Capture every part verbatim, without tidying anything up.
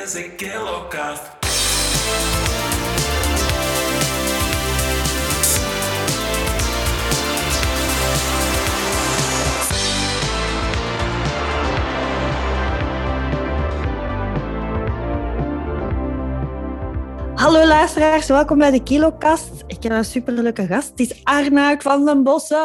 is een Kilokast. Hallo luisteraars, welkom bij de Kilokast. Ik heb een superleuke gast. Het is Arnoud van den Bossen.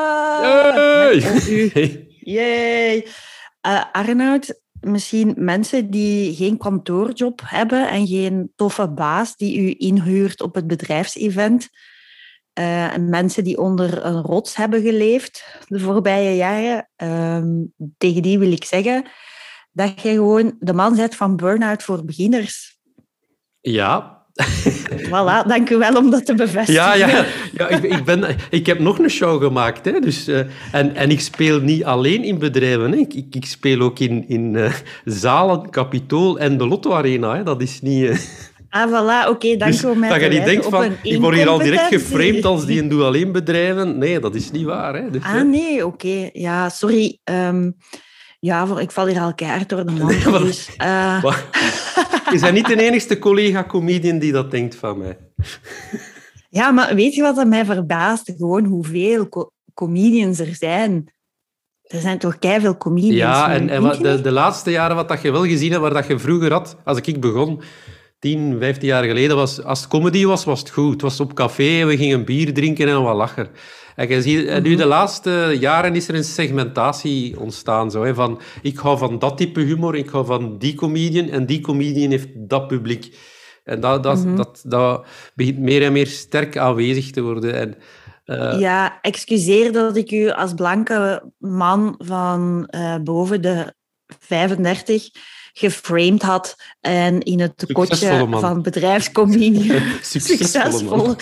Hey. Yay. Uh, Arnoud, misschien mensen die geen kantoorjob hebben en geen toffe baas die u inhuurt op het bedrijfsevent. Uh, en mensen die onder een rots hebben geleefd de voorbije jaren. Um, tegen die wil ik zeggen dat je gewoon de man bent van Burnout voor Beginners. Ja. Voilà, dank u wel om dat te bevestigen. Ja, ja, ja ik, ik, ben, ik heb nog een show gemaakt. Hè, dus, uh, en, en ik speel niet alleen in bedrijven. Hè. Ik, ik, ik speel ook in, in uh, zalen, Capitool en de Lotto Arena. Hè. Dat is niet... Uh... Ah, voilà, oké, okay, dank dus u om mij dat te je niet denkt van, ik word hier al direct geframed als die een doe alleen bedrijven. Nee, dat is niet waar. Hè. Dus, ah, nee, oké. Okay. Ja, sorry. Um, ja, voor, ik val hier al keihard door de mand. Nee, dus, uh... Je bent niet de enigste collega-comedian die dat denkt van mij. Ja, maar weet je wat mij verbaast? Gewoon hoeveel co- comedians er zijn. Er zijn toch keiveel comedians. Ja, en, en wat, de, de laatste jaren wat dat je wel gezien hebt, waar dat je vroeger had, als ik begon, tien, vijftien jaar geleden, was, als het comedy was, was het goed. Het was op café en we gingen bier drinken en wat lachen. En je ziet, en nu de laatste jaren is er een segmentatie ontstaan. Zo, hè, van, ik hou van dat type humor, ik hou van die comedian en die comedian heeft dat publiek. En dat, dat, mm-hmm. dat, dat begint meer en meer sterk aanwezig te worden. En, uh... Ja, excuseer dat ik u als blanke man van uh, boven de vijfendertig geframed had en in het kotje van bedrijfscomedian. Succesvolle.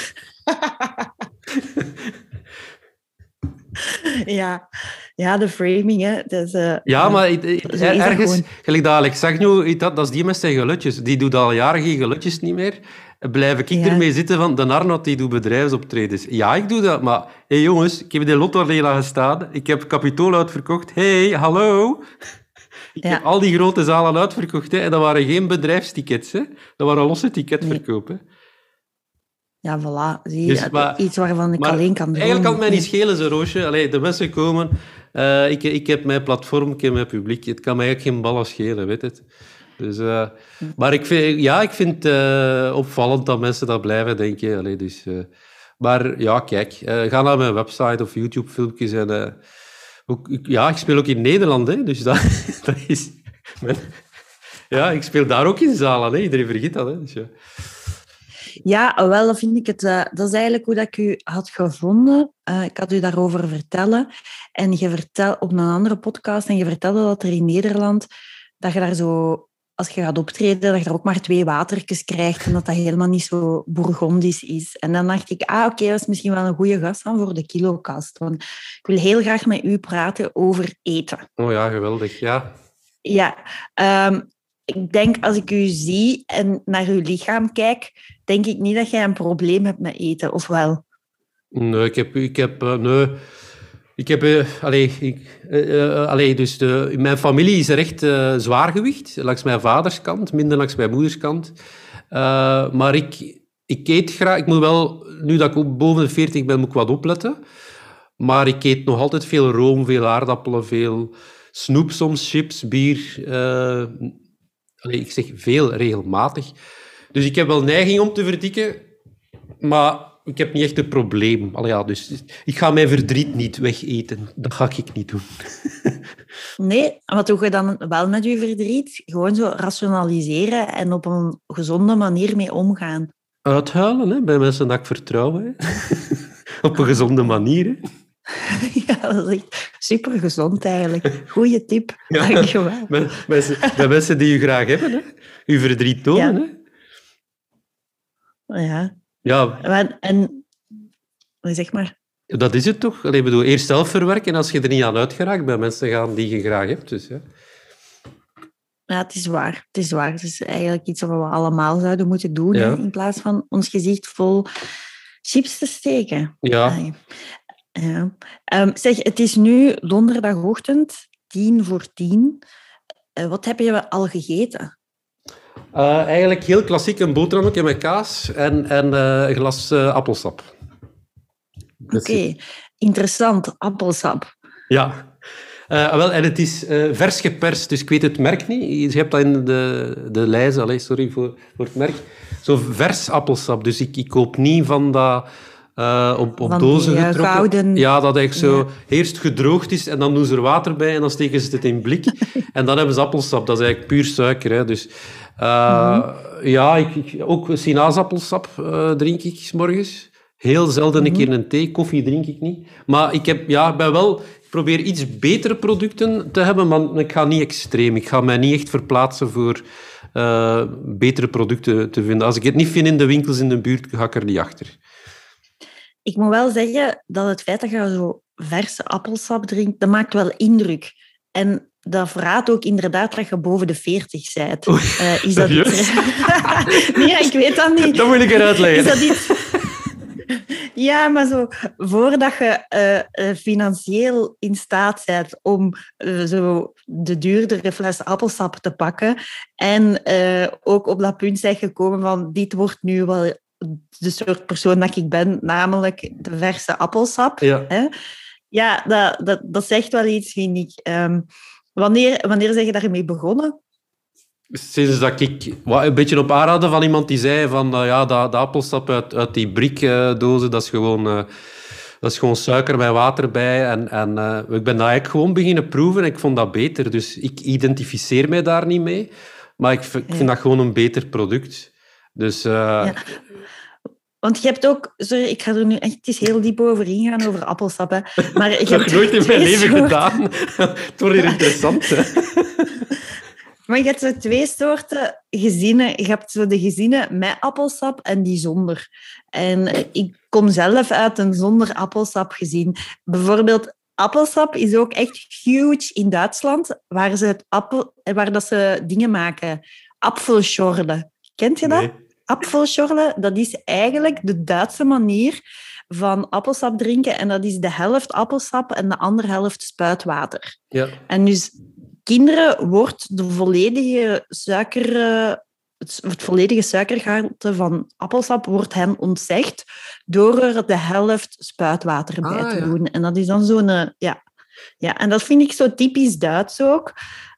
Ja. ja, de framing, hè. Dus, uh, ja, maar uh, ergens, gelijk dat Alex Agnew, dat, dat is die met zijn gelutjes. Die doet al jaren geen gelutjes niet meer. Blijf ik ja. ermee zitten van, de Arnoud die doet bedrijfsoptredens. Ja, ik doe dat, maar... Hé hey, jongens, ik heb in de Lotto Arena gestaan. Ik heb Capitool uitverkocht. Hé, hey, hallo. Ik ja. heb al die grote zalen uitverkocht. Hè, en dat waren geen bedrijfstickets. Hè. Dat waren losse ticketverkopen. Nee. Ja, voilà. Zie je, dus, maar, iets waarvan ik alleen kan doen. Eigenlijk kan het mij niet schelen, zo Roosje. Allee, de mensen komen. Uh, ik, ik heb mijn platform, ik heb mijn publiek. Het kan mij eigenlijk geen ballen schelen, weet het. Dus, uh, maar ik vind, ja, ik vind het uh, opvallend dat mensen dat blijven denken. Allee, dus, uh, maar ja, kijk. Uh, ga naar mijn website of YouTube-filmpjes. En, uh, ook, ja, ik speel ook in Nederland, hè, dus dat, dat is... Mijn, ja, ik speel daar ook in zalen. Hè. Iedereen vergeet dat. Hè, dus, ja. Ja, wel, dan vind ik het... Uh, dat is eigenlijk hoe dat ik u had gevonden. Uh, ik had u daarover vertellen. En je vertelde op een andere podcast, en je vertelde dat er in Nederland, dat je daar zo, als je gaat optreden, dat je daar ook maar twee watertjes krijgt en dat dat helemaal niet zo bourgondisch is. En dan dacht ik, ah, oké, okay, dat is misschien wel een goede gast dan voor de Kilokast. Want ik wil heel graag met u praten over eten. Oh ja, geweldig, ja. Ja, um, ik denk, als ik u zie en naar uw lichaam kijk, denk ik niet dat jij een probleem hebt met eten, of wel? Nee, ik heb... Ik heb uh, nee. Ik heb... Uh, allee, ik, uh, uh, allee, dus de, in mijn familie is er echt uh, zwaargewicht. Langs mijn vaderskant, minder langs mijn moederskant. Uh, maar ik, ik eet graag... Ik moet wel... Nu dat ik boven de veertig ben, moet ik wat opletten. Maar ik eet nog altijd veel room, veel aardappelen, veel snoep soms, chips, bier... Uh, Allee, ik zeg veel, regelmatig. Dus ik heb wel neiging om te verdikken, maar ik heb niet echt een probleem. Allee, ja, dus ik ga mijn verdriet niet wegeten. Dat ga ik niet doen. Nee, wat doe je dan wel met je verdriet? Gewoon zo rationaliseren en op een gezonde manier mee omgaan. Uithuilen, hè, bij mensen dat ik vertrouw. Hè. Op een gezonde manier. Hè. Ja, dat is echt supergezond eigenlijk. Goeie tip, ja, dankjewel. Met mensen, met mensen die u graag hebben, hè. Uw verdriet tonen. Ja. Hè. Ja. Ja. En, en zeg maar. Dat is het toch? Allee, bedoel, eerst zelf verwerken als je er niet aan uitgeraakt bij mensen gaan die je graag hebt. Dus, ja. Ja, het is waar. Het is waar. Het is eigenlijk iets wat we allemaal zouden moeten doen, ja. Hè, in plaats van ons gezicht vol chips te steken. Ja. Ay. Ja. Um, zeg, het is nu donderdagochtend, tien voor tien. Uh, wat heb je al gegeten? Uh, eigenlijk heel klassiek een boterhammetje met kaas en, en uh, een glas uh, appelsap. Oké, okay. Interessant. Appelsap. Ja. Uh, wel, en het is uh, vers geperst, dus ik weet het merk niet. Je hebt dat in de, de lijst, allez, sorry voor, voor het merk. Zo vers appelsap, dus ik, ik koop niet van dat... Uh, op, op dozen die, uh, getrokken. Gouden... Ja, dat eigenlijk zo ja. eerst gedroogd is en dan doen ze er water bij en dan steken ze het in blik. En dan hebben ze appelsap. Dat is eigenlijk puur suiker. Hè. Dus, uh, mm-hmm. Ja, ik, ik, ook sinaasappelsap uh, drink ik 's morgens. Heel zelden mm-hmm. een keer een thee. Koffie drink ik niet. Maar ik, heb, ja, ik ben wel... Ik probeer iets betere producten te hebben, maar ik ga niet extreem. Ik ga mij niet echt verplaatsen voor uh, betere producten te vinden. Als ik het niet vind in de winkels in de buurt, ga ik er niet achter. Ik moet wel zeggen dat het feit dat je zo verse appelsap drinkt, dat maakt wel indruk. En dat verraadt ook inderdaad dat je boven de veertig bent. Uh, is dat iets... nee, ik weet dat niet. Dat moet ik eruit leggen. Is dat iets... Ja, maar zo, voordat je uh, uh, financieel in staat bent om uh, zo de duurdere fles appelsap te pakken en uh, ook op dat punt zijn gekomen van dit wordt nu wel de soort persoon dat ik ben, namelijk de verse appelsap. Ja, hè? Ja dat, dat, dat zegt wel iets, vind ik. Um, wanneer, wanneer ben je daarmee begonnen? Sinds dat ik wat, een beetje op aanraden van iemand die zei van uh, ja, de, de appelsap uit, uit die briekdozen, dat is gewoon... Uh, Dat is gewoon suiker met water bij. En, en uh, ik ben dat eigenlijk gewoon beginnen proeven en ik vond dat beter. Dus ik identificeer mij daar niet mee. Maar ik, ik vind ja. dat gewoon een beter product. Dus... Uh, ja. Want je hebt ook... Sorry, ik ga er nu echt eens heel diep over ingaan, over appelsap. Hè. Maar ik dat heb ik nooit in mijn leven soorten... gedaan. Het wordt hier interessant. Hè. Maar je hebt zo twee soorten gezinnen. Je hebt zo de gezinnen met appelsap en die zonder. En ik kom zelf uit een zonder appelsap gezin. Bijvoorbeeld, appelsap is ook echt huge in Duitsland, waar ze, het appel, waar dat ze dingen maken. Apfelschorle. Kent je dat? Nee. Apfelschorle, dat is eigenlijk de Duitse manier van appelsap drinken. En dat is de helft appelsap en de andere helft spuitwater. Ja. En dus... Kinderen wordt de volledige suiker, het volledige suikergehalte van appelsap wordt hen ontzegd door er de helft spuitwater bij ah, te ja. doen. En dat is dan zo'n... Ja. ja, en dat vind ik zo typisch Duits ook.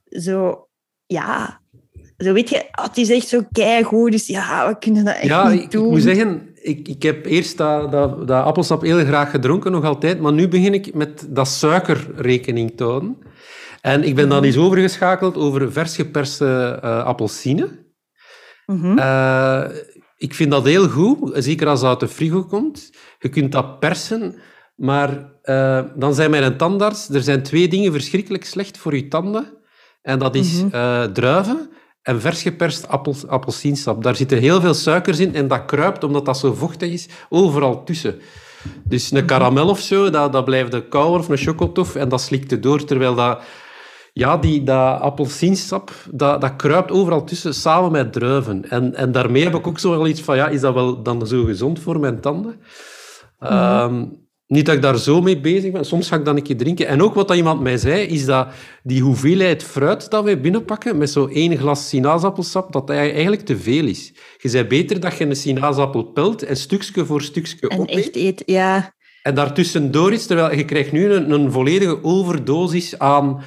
Zo, ja... Zo weet je, het is echt zo keigoed, dus ja, we kunnen dat echt ja, niet ik, doen. Ik moet zeggen, ik, ik heb eerst dat, dat, dat appelsap heel graag gedronken, nog altijd, maar nu begin ik met dat suikerrekening te houden. En ik ben dan eens overgeschakeld over vers geperste uh, appelsine. Mm-hmm. Uh, ik vind dat heel goed, zeker als dat uit de frigo komt. Je kunt dat persen, maar uh, dan zei mijn tandarts, er zijn twee dingen verschrikkelijk slecht voor je tanden. En dat is mm-hmm. uh, druiven en vers geperst appel, appelsiensap. Daar zitten heel veel suikers in en dat kruipt, omdat dat zo vochtig is, overal tussen. Dus een karamel of zo, dat, dat blijft kouder, of een chocotof, en dat slikt er door, terwijl dat... Ja, die, dat appelsiensap, dat, dat kruipt overal tussen, samen met druiven. En, en daarmee heb ik ook zo wel iets van, ja, is dat wel dan zo gezond voor mijn tanden? Mm-hmm. Um, niet dat ik daar zo mee bezig ben. Soms ga ik dan een keer drinken. En ook wat dat iemand mij zei, is dat die hoeveelheid fruit dat wij binnenpakken, met zo'n één glas sinaasappelsap, dat eigenlijk te veel is. Je zei beter dat je een sinaasappel pelt en stukje voor stukje en opeet. echt eet, ja. En daartussendoor is, terwijl je krijgt nu een, een volledige overdosis aan...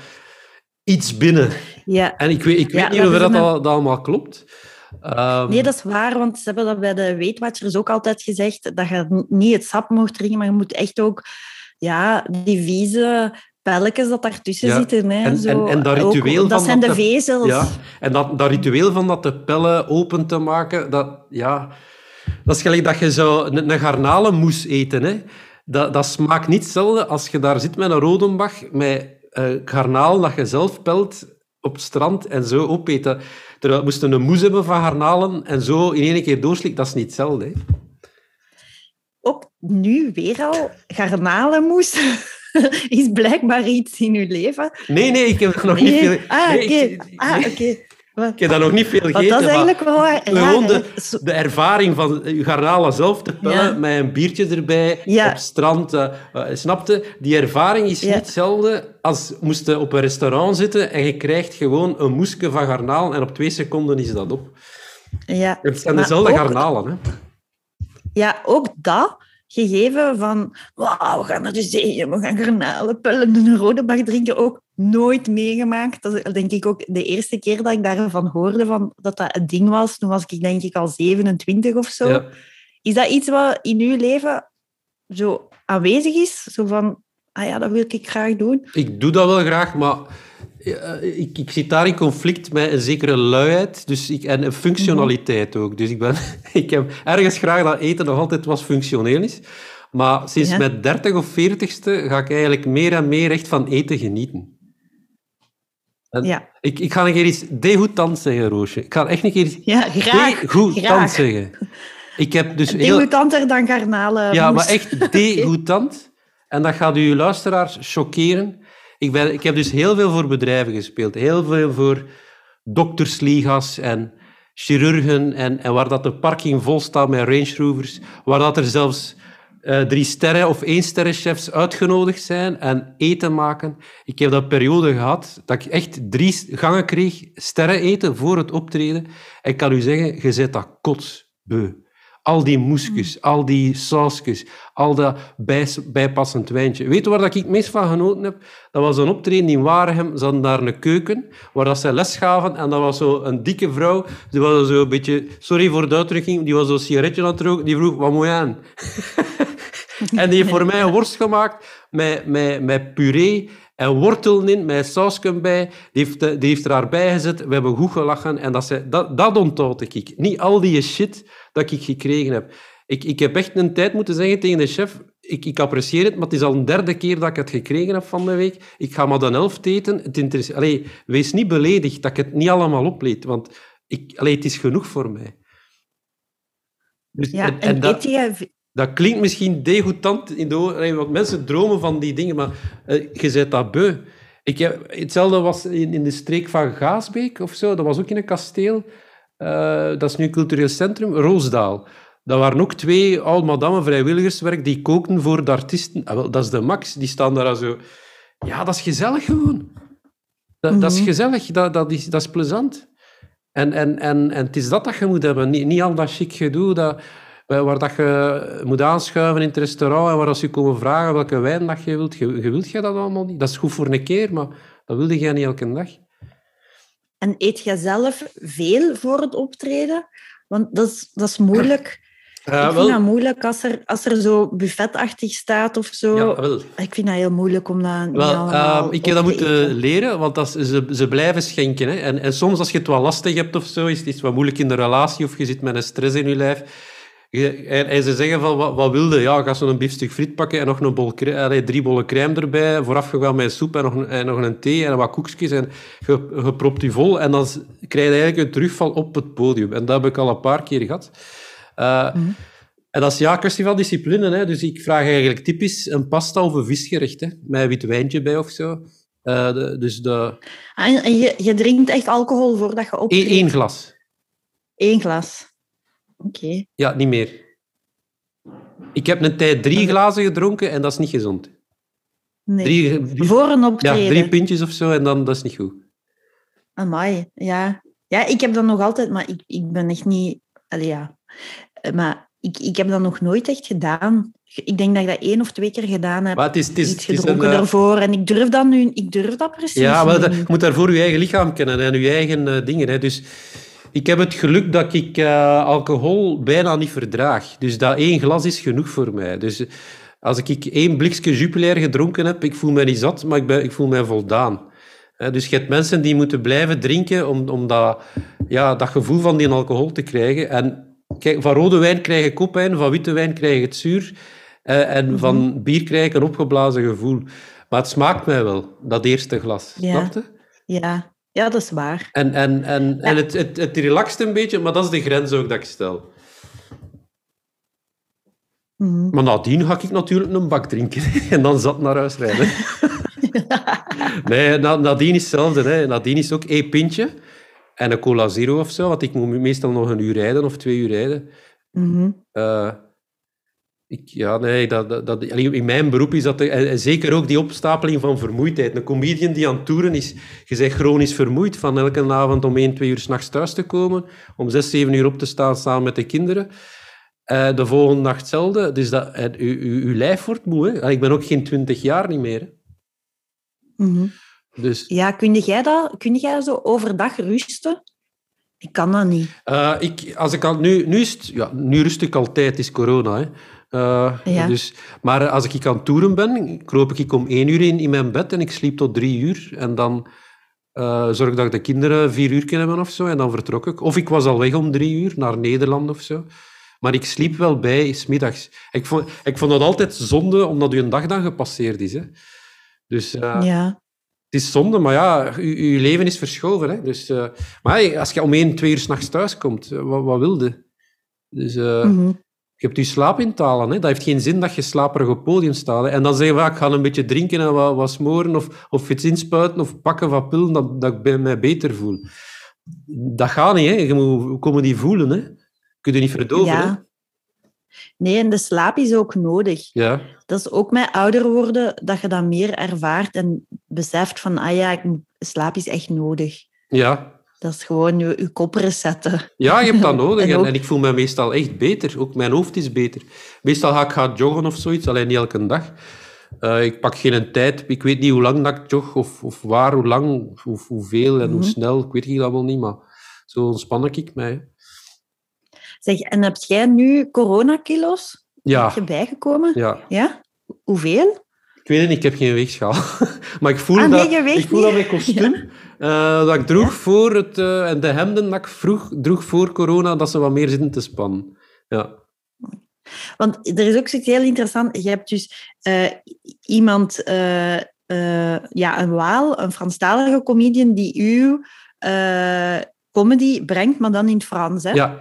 iets binnen. Ja. En ik weet, ik weet ja, niet of dat, een... dat, dat allemaal klopt. Um... Nee, dat is waar, want ze hebben dat bij de Weight Watchers ook altijd gezegd, dat je niet het sap mag drinken, maar je moet echt ook ja, die vieze pelletjes dat daartussen ja. zitten. Hè, en, zo. En, en dat ritueel ook, van... Dat zijn dat de vezels. Ja, en dat, dat ritueel van dat de pellen open te maken, dat, ja, dat is gelijk dat je zo een, een garnalenmoes eten. Hè. Dat, dat smaakt niet hetzelfde als je daar zit met een Rodenbach, met... Uh, garnalen dat je zelf pelt op het strand en zo opeten. Terwijl we moesten een moes hebben van garnalen en zo in één keer doorslikken, dat is niet hetzelfde. Hè? Ook nu weer al, garnalenmoes is blijkbaar iets in uw leven. Nee, nee, ik heb nog nee. niet veel... Ah, nee, oké. ik... ah, nee. okay. Ik heb dat nog niet veel gegeten. Dat is eigenlijk wel raar. Gewoon de, de ervaring van je garnalen zelf te pellen, ja. met een biertje erbij, ja. op het strand. Uh, uh, snapte? Die ervaring is ja. niet hetzelfde als moest je op een restaurant zitten en je krijgt gewoon een moesje van garnalen en op twee seconden is dat op. Ja. Het zijn dezelfde ook, garnalen. Hè? Ja, ook dat... gegeven van, wow, we gaan naar de zee, we gaan garnalen pellen en een rode bak drinken, ook nooit meegemaakt. Dat is denk ik ook de eerste keer dat ik daarvan hoorde, van, dat dat een ding was. Toen was ik denk ik al zevenentwintig of zo. Ja. Is dat iets wat in uw leven zo aanwezig is? Zo van, ah ja, dat wil ik graag doen. Ik doe dat wel graag, maar ik, ik zit daar in conflict met een zekere luiheid dus ik, en een functionaliteit mm-hmm. ook. Dus ik, ben, ik heb ergens graag dat eten nog altijd wat functioneel is. Maar sinds ja. mijn dertig of veertigste ga ik eigenlijk meer en meer echt van eten genieten. En ja. ik, ik ga een keer iets degoutant zeggen, Roosje. Ik ga echt een keer iets ja, graag, degoutant graag. zeggen. Ik heb dus degoutanter heel... dan garnalen. Ja, maar echt degoutant. En dat gaat uw luisteraars choqueren. Ik, ben, ik heb dus heel veel voor bedrijven gespeeld. Heel veel voor doktersliga's en chirurgen. En, en waar dat de parking vol staat met Range Rovers. Waar dat er zelfs uh, drie sterren of één sterrenchefs uitgenodigd zijn en eten maken. Ik heb dat periode gehad dat ik echt drie gangen kreeg sterren eten voor het optreden. En ik kan u zeggen, je zet dat kotsbeu. Al die moesjes, al die sausjes, al dat bij, bijpassend wijntje. Weet je waar dat ik het meest van genoten heb? Dat was een optreden in Waregem. Ze hadden daar een keuken waar dat ze les gaven. En dat was zo een dikke vrouw. Die was zo een beetje... Sorry voor de uitdrukking. Die was zo'n sigaretje aan het roken. Die vroeg, wat moet je aan? En die heeft voor mij een worst gemaakt met, met, met puree en wortelen in, met sausje bij. Die heeft, die heeft er daarbij gezet. We hebben goed gelachen. En dat, zei, dat, dat onthoud ik. Niet al die shit dat ik gekregen heb. Ik, ik heb echt een tijd moeten zeggen tegen de chef, ik, ik apprecieer het, maar het is al een derde keer dat ik het gekregen heb van de week. Ik ga maar de helft eten. Het interesse... Allee, wees niet beledigd dat ik het niet allemaal opleed, want ik, allee, het is genoeg voor mij. Dus, ja, en, en, en dat, je... dat klinkt misschien degoutant in de oren, want mensen dromen van die dingen, maar uh, je bent dat beu. Ik heb, hetzelfde was in, in de streek van Gaasbeek of zo, dat was ook in een kasteel. Uh, dat is nu een cultureel centrum, Roosdaal. Dat waren ook twee oude madame vrijwilligerswerk die kookten voor de artiesten. Ah, wel, dat is de max, die staan daar zo... Ja, dat is gezellig gewoon. Dat, mm-hmm. dat is gezellig, dat, dat, is, dat is plezant. En, en, en, en het is dat dat je moet hebben. Niet, niet al dat chic gedoe, dat, waar dat je moet aanschuiven in het restaurant en waar als je komen vragen welke wijn dat je wilt. Je, je wilt je dat allemaal niet. Dat is goed voor een keer, maar dat wilde jij niet elke dag. En eet jij zelf veel voor het optreden? Want dat is, dat is moeilijk. Uh, ik vind wel... dat moeilijk als er, als er zo buffetachtig staat of zo. Ja, wel. Ik vind dat heel moeilijk om dat niet wel, allemaal uh, Ik heb dat moeten leren, want dat is, ze, ze blijven schenken. Hè. En, en soms als je het wat lastig hebt of zo, is het iets wat moeilijk in de relatie of je zit met een stress in je lijf. En, en ze zeggen van, wat, wat wilde? Ja, ga zo'n biefstuk friet pakken en nog een bol crème, allez, drie bollen crème erbij, voorafgegaan met soep en nog, en nog een thee en wat koekjes. En je, je propt je vol en dan krijg je eigenlijk een terugval op het podium. En dat heb ik al een paar keer gehad. Uh, mm-hmm. En dat is ja, een kwestie van discipline. Hè. Dus ik vraag eigenlijk typisch een pasta of een visgerecht, hè, met een wit wijntje bij of zo. Uh, de, dus de... En je, je drinkt echt alcohol voordat je optreedt? Eén glas. Eén glas. Oké. Okay. Ja, niet meer. Ik heb een tijd drie glazen gedronken en dat is niet gezond. Nee. Drie, drie, Voor een optreden? Ja, drie pintjes of zo en dan dat is niet goed. Amai, ja. Ja, ik heb dat nog altijd, maar ik, ik ben echt niet... Allee, ja. Maar ik, ik heb dat nog nooit echt gedaan. Ik denk dat ik dat één of twee keer gedaan heb. Maar het is, het is, iets gedronken het is een, daarvoor. En ik durf dat nu... Ik durf dat precies Ja, maar dat, niet. je moet daarvoor je eigen lichaam kennen en je eigen uh, dingen. Hè. Dus... Ik heb het geluk dat ik uh, alcohol bijna niet verdraag. Dus dat één glas is genoeg voor mij. Dus als ik één blikje Jupiler gedronken heb, ik voel me niet zat, maar ik, ben, ik voel me voldaan. Uh, dus je hebt mensen die moeten blijven drinken om, om dat, ja, dat gevoel van die alcohol te krijgen. En kijk, van rode wijn krijg ik koppijn, van witte wijn krijg ik het zuur. Uh, en mm-hmm. van bier krijg ik een opgeblazen gevoel. Maar het smaakt mij wel, dat eerste glas. Ja. Snap je? Ja. Ja, dat is waar. En, en, en, ja. en het, het, het relaxt een beetje, maar dat is de grens ook dat ik stel. Mm. Maar nadien ga ik natuurlijk een bak drinken en dan zat naar huis rijden. Nee, nadien is hetzelfde. Hè. Nadien is ook één pintje. En een cola zero of zo, want ik moet meestal nog een uur rijden of twee uur rijden. Mm-hmm. Uh, ik, ja, nee, dat, dat, dat, in mijn beroep is dat... En zeker ook die opstapeling van vermoeidheid. Een comedian die aan het toeren is, je bent chronisch vermoeid van elke avond om één, twee uur 's nachts thuis te komen, om zes, zeven uur op te staan samen met de kinderen. Uh, de volgende nacht hetzelfde. Dus dat, uh, u, u, uw lijf wordt moe. Hè? Ik ben ook geen twintig jaar niet meer. Hè? Mm-hmm. Dus... Ja, kun jij dat, kun jij zo overdag rusten? Ik kan dat niet. Uh, ik, als ik al, nu, nu, is het, ja, nu rust ik altijd, het is corona. Hè. Uh, ja. dus, maar als ik aan het toeren ben, kroop ik om één uur in, in mijn bed en ik sliep tot drie uur. En dan uh, zorg ik dat de kinderen vier uur kunnen hebben of zo. En dan vertrok ik. Of ik was al weg om drie uur, naar Nederland of zo. Maar ik sliep wel bij, 's middags. Ik vond, ik vond het altijd zonde, omdat uw dag dan gepasseerd is. Hè. Dus... Uh, ja. Het is zonde, maar ja, je leven is verschoven. Hè? Dus, uh, maar als je om één, twee uur 's nachts thuis komt, wat, wat wil je? Dus, uh, mm-hmm. Je hebt je slaap intalen. Hè? Dat heeft geen zin dat je slaperig op het podium staat. Hè? En dan zeg je, ik ga een beetje drinken en wat, wat smoren, of, of iets inspuiten, of pakken van pillen, dat, dat ik mij beter voel. Dat gaat niet. Hè? Je moet comedy voelen. Hè? Kun je niet verdoven. Ja. Hè? Nee, en de slaap is ook nodig. Ja. Dat is ook met ouder worden, dat je dat meer ervaart en beseft van, ah ja, slaap is echt nodig. Ja. Dat is gewoon je, je kop resetten. Ja, je hebt dat nodig. en, en, ook... en ik voel me meestal echt beter. Ook mijn hoofd is beter. Meestal ga ik gaan joggen of zoiets, alleen niet elke dag. Uh, ik pak geen tijd. Ik weet niet hoe lang dat ik jog, of, of waar, hoe lang, of hoeveel en mm-hmm. hoe snel. Ik weet het allemaal niet, maar zo ontspan ik mij. Zeg, en heb jij nu coronakilo's? Ja. Heb je bijgekomen? Ja. Ja? Hoeveel? Ik weet het niet, ik heb geen weegschaal. maar ik voel, ah, dat, nee, ik voel dat mijn kostuum, ja. uh, dat ik droeg ja. voor het... Uh, en de hemden dat ik vroeg, droeg voor corona, dat ze wat meer zitten te spannen. Ja. Want er is ook zoiets heel interessant. Je hebt dus uh, iemand... Uh, uh, ja, een Waal, een Franstalige comedian, die uw uh, comedy brengt, maar dan in het Frans. Hè? Ja.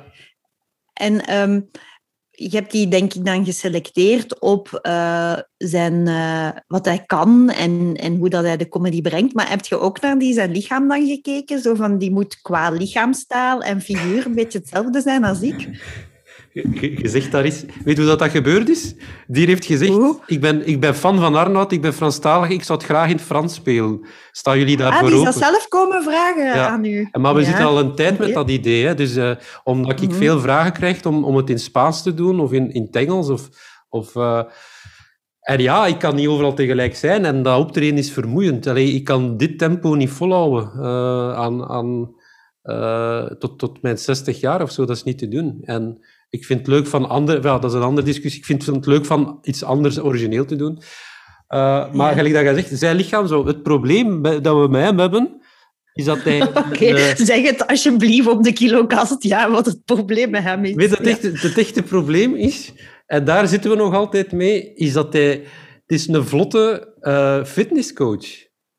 En um, je hebt die, denk ik, dan geselecteerd op uh, zijn, uh, wat hij kan en, en hoe dat hij de comedy brengt. Maar heb je ook naar die zijn lichaam dan gekeken? Zo van, die moet qua lichaamstaal en figuur een beetje hetzelfde zijn als ik. Je, je zegt daar eens... Weet je hoe dat, dat gebeurd is? Die heeft gezegd, ik ben, ik ben fan van Arnoud, ik ben Franstalig, ik zou het graag in het Frans spelen. Staan jullie daarvoor open? Ah, die zou open? zelf komen vragen ja. aan u. Maar we ja. zitten al een tijd met dat idee. Hè? Dus uh, omdat ik mm-hmm. veel vragen krijg om, om het in Spaans te doen, of in, in het Engels, of... of uh, en ja, ik kan niet overal tegelijk zijn, en dat optreden is vermoeiend. Allee, ik kan dit tempo niet volhouden uh, aan... aan uh, tot, tot mijn zestig jaar of zo, dat is niet te doen. En ik vind het leuk van andere... Ja, dat is een andere discussie. Ik vind het leuk van iets anders origineel te doen. Uh, maar ja. gelijk dat je zegt, zijn lichaam zo... Het probleem dat we met hem hebben, is dat hij... Oké, okay, uh, zeg het alsjeblieft op de kilokast, ja, wat het probleem met hem is. Weet je, het, ja. echte, het echte probleem is, en daar zitten we nog altijd mee, is dat hij... Het is een vlotte uh, fitnesscoach.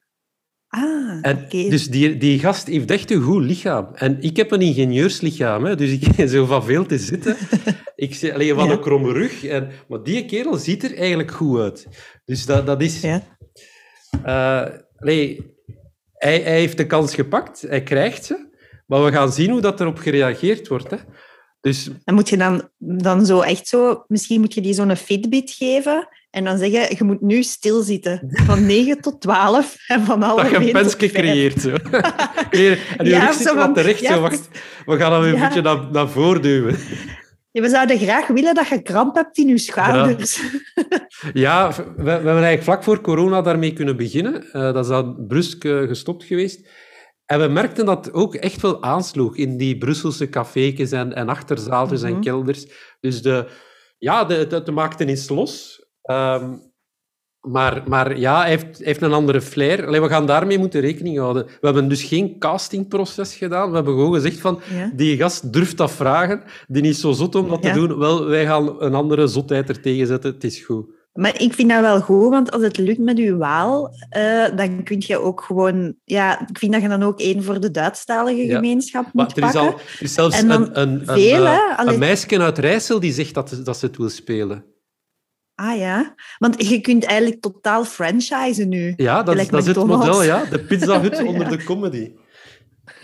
Ah, en okay. Dus die, die gast heeft echt een goed lichaam. En ik heb een ingenieurslichaam, hè, dus ik ben zo van veel te zitten. Ik zeg, allee, van ja. een kromme rug. En, maar die kerel ziet er eigenlijk goed uit. Dus dat, dat is... Ja. Uh, allee, hij, hij heeft de kans gepakt, hij krijgt ze. Maar we gaan zien hoe dat erop gereageerd wordt. Hè. Dus... En moet je dan, dan zo echt zo... Misschien moet je die zo'n Fitbit geven... En dan zeggen, je moet nu stilzitten. Van negen tot twaalf. En van half dat je een pensje creëert. Zo. en je ja, rug zit wat terecht. Ja, zo, wacht, we gaan hem een ja. beetje naar, naar voren duwen. Ja, we zouden graag willen dat je kramp hebt in je schouders. Ja, ja we, we hebben eigenlijk vlak voor corona daarmee kunnen beginnen. Uh, dat is dan brusk uh, gestopt geweest. En we merkten dat het ook echt wel aansloeg in die Brusselse café's en, en achterzaaltjes mm-hmm. en kelders. Dus de, ja, de, de, de maakten iets los. Um, maar, maar ja, hij heeft, heeft een andere flair. Allee, we gaan daarmee moeten rekening houden. We hebben dus geen castingproces gedaan. We hebben gewoon gezegd van, ja. die gast durft dat vragen. Die is zo zot om dat ja. te doen. Wel, wij gaan een andere zotheid er tegen zetten. Het is goed. Maar ik vind dat wel goed, want als het lukt met je Waal, uh, dan kun je ook gewoon... Ja, ik vind dat je dan ook één voor de Duitsstalige ja. gemeenschap maar moet er is pakken. Al, er is zelfs en dan een, een, veel, een, hè? een meisje uit Rijssel die zegt dat, dat ze het wil spelen. Ah ja, want je kunt eigenlijk totaal franchisen nu. Ja, dat, dat is het model, ja. De Pizza Hut ja. onder de comedy.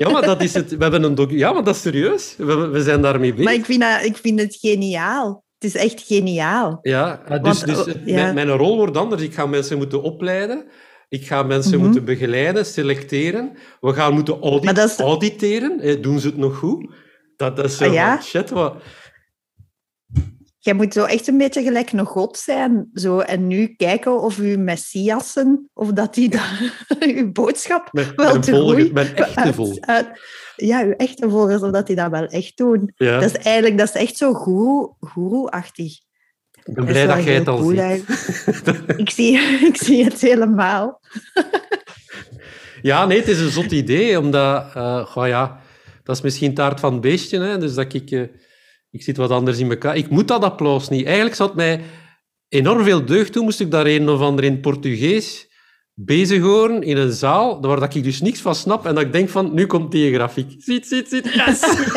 Ja, maar dat is het. We hebben een docu... Ja, maar dat is serieus. We, we zijn daarmee bezig. Maar ik vind, dat, ik vind het geniaal. Het is echt geniaal. Ja, dus, Want, dus oh, het- ja. mijn, mijn rol wordt anders. Ik ga mensen moeten opleiden. Ik ga mensen Mhm. moeten begeleiden, selecteren. We gaan moeten audit- Maar dat is- auditeren. Eh, Doen ze het nog goed? Dat, dat is zo Ah, ja? van, shit, wat... Jij moet zo echt een beetje gelijk een god zijn. Zo, en nu kijken of uw messiassen, of dat die dan uw boodschap Mijn, wel mijn, te volger, goed mijn echte uit- volger. uit- ja, uw echte volgers, of dat die dat wel echt doen. Ja. Dat is eigenlijk dat is echt zo goeroe- goeroe-achtig. Ik ben Dat blij is dat wel jij het heel al cool, ziet. eigenlijk. ik, zie, ik zie het helemaal. Ja, nee, het is een zot idee, omdat... eh goh, ja, dat is misschien taart van het beestje, hè, dus dat ik... eh, ik zit wat anders in elkaar. Ik moet dat applaus niet. Eigenlijk zat mij enorm veel deugd toe, moest ik daar een of ander in het Portugees bezig horen, in een zaal, waar dat ik dus niks van snap, en dat ik denk van, nu komt die grafiek. Ziet, ziet, ziet, yes!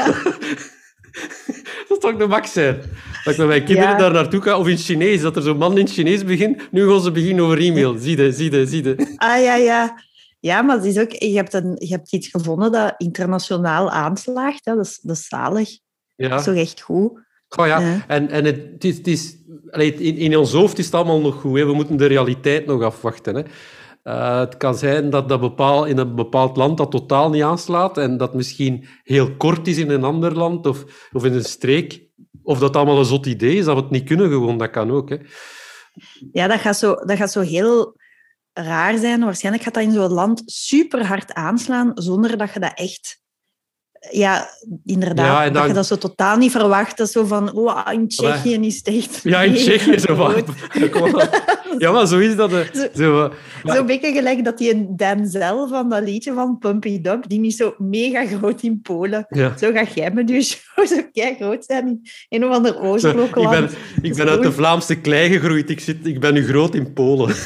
Dat zou toch de max zijn. Dat ik met mijn kinderen Ja. daar naartoe ga, of in het Chinees, dat er zo'n man in het Chinees begint, nu gaan ze beginnen over e-mail. Zie je, zie je, zie je. Ah, ja, ja. Ja, maar het is ook, je, hebt een, je hebt iets gevonden dat internationaal aanslaagt. Hè. Dat, is, dat is zalig. Ja. Dat is toch echt goed? Goh, ja. Ja. En, en het, het is, het is, allee, in, in ons hoofd is het allemaal nog goed. Hè. We moeten de realiteit nog afwachten. Hè. Uh, het kan zijn dat, dat bepaal, in een bepaald land dat totaal niet aanslaat en dat misschien heel kort is in een ander land of, of in een streek. Of dat allemaal een zot idee is, dat we het niet kunnen gewoon. Dat kan ook. Hè. Ja, dat gaat, zo, dat gaat zo heel raar zijn. Waarschijnlijk gaat dat in zo'n land super hard aanslaan, zonder dat je dat echt... Ja, inderdaad. Ja, en dan- Dat je dat zo totaal niet verwacht. Dat is zo van, oh, in Tsjechië is het echt... Ja, in mega Tsjechië zo van. groot. Kom aan. Ja, maar zo is dat. Hè. Zo- Zo, maar- Zo'n beetje gelijk dat die een Denzel van dat liedje van Pump It Up, die is zo mega groot in Polen. ja. Zo ga jij me dus zo kei groot zijn in een of ander Zo, Oostblokland. ik ben, ik ben uit de Vlaamse klei gegroeid. Ik, zit, ik ben nu groot in Polen.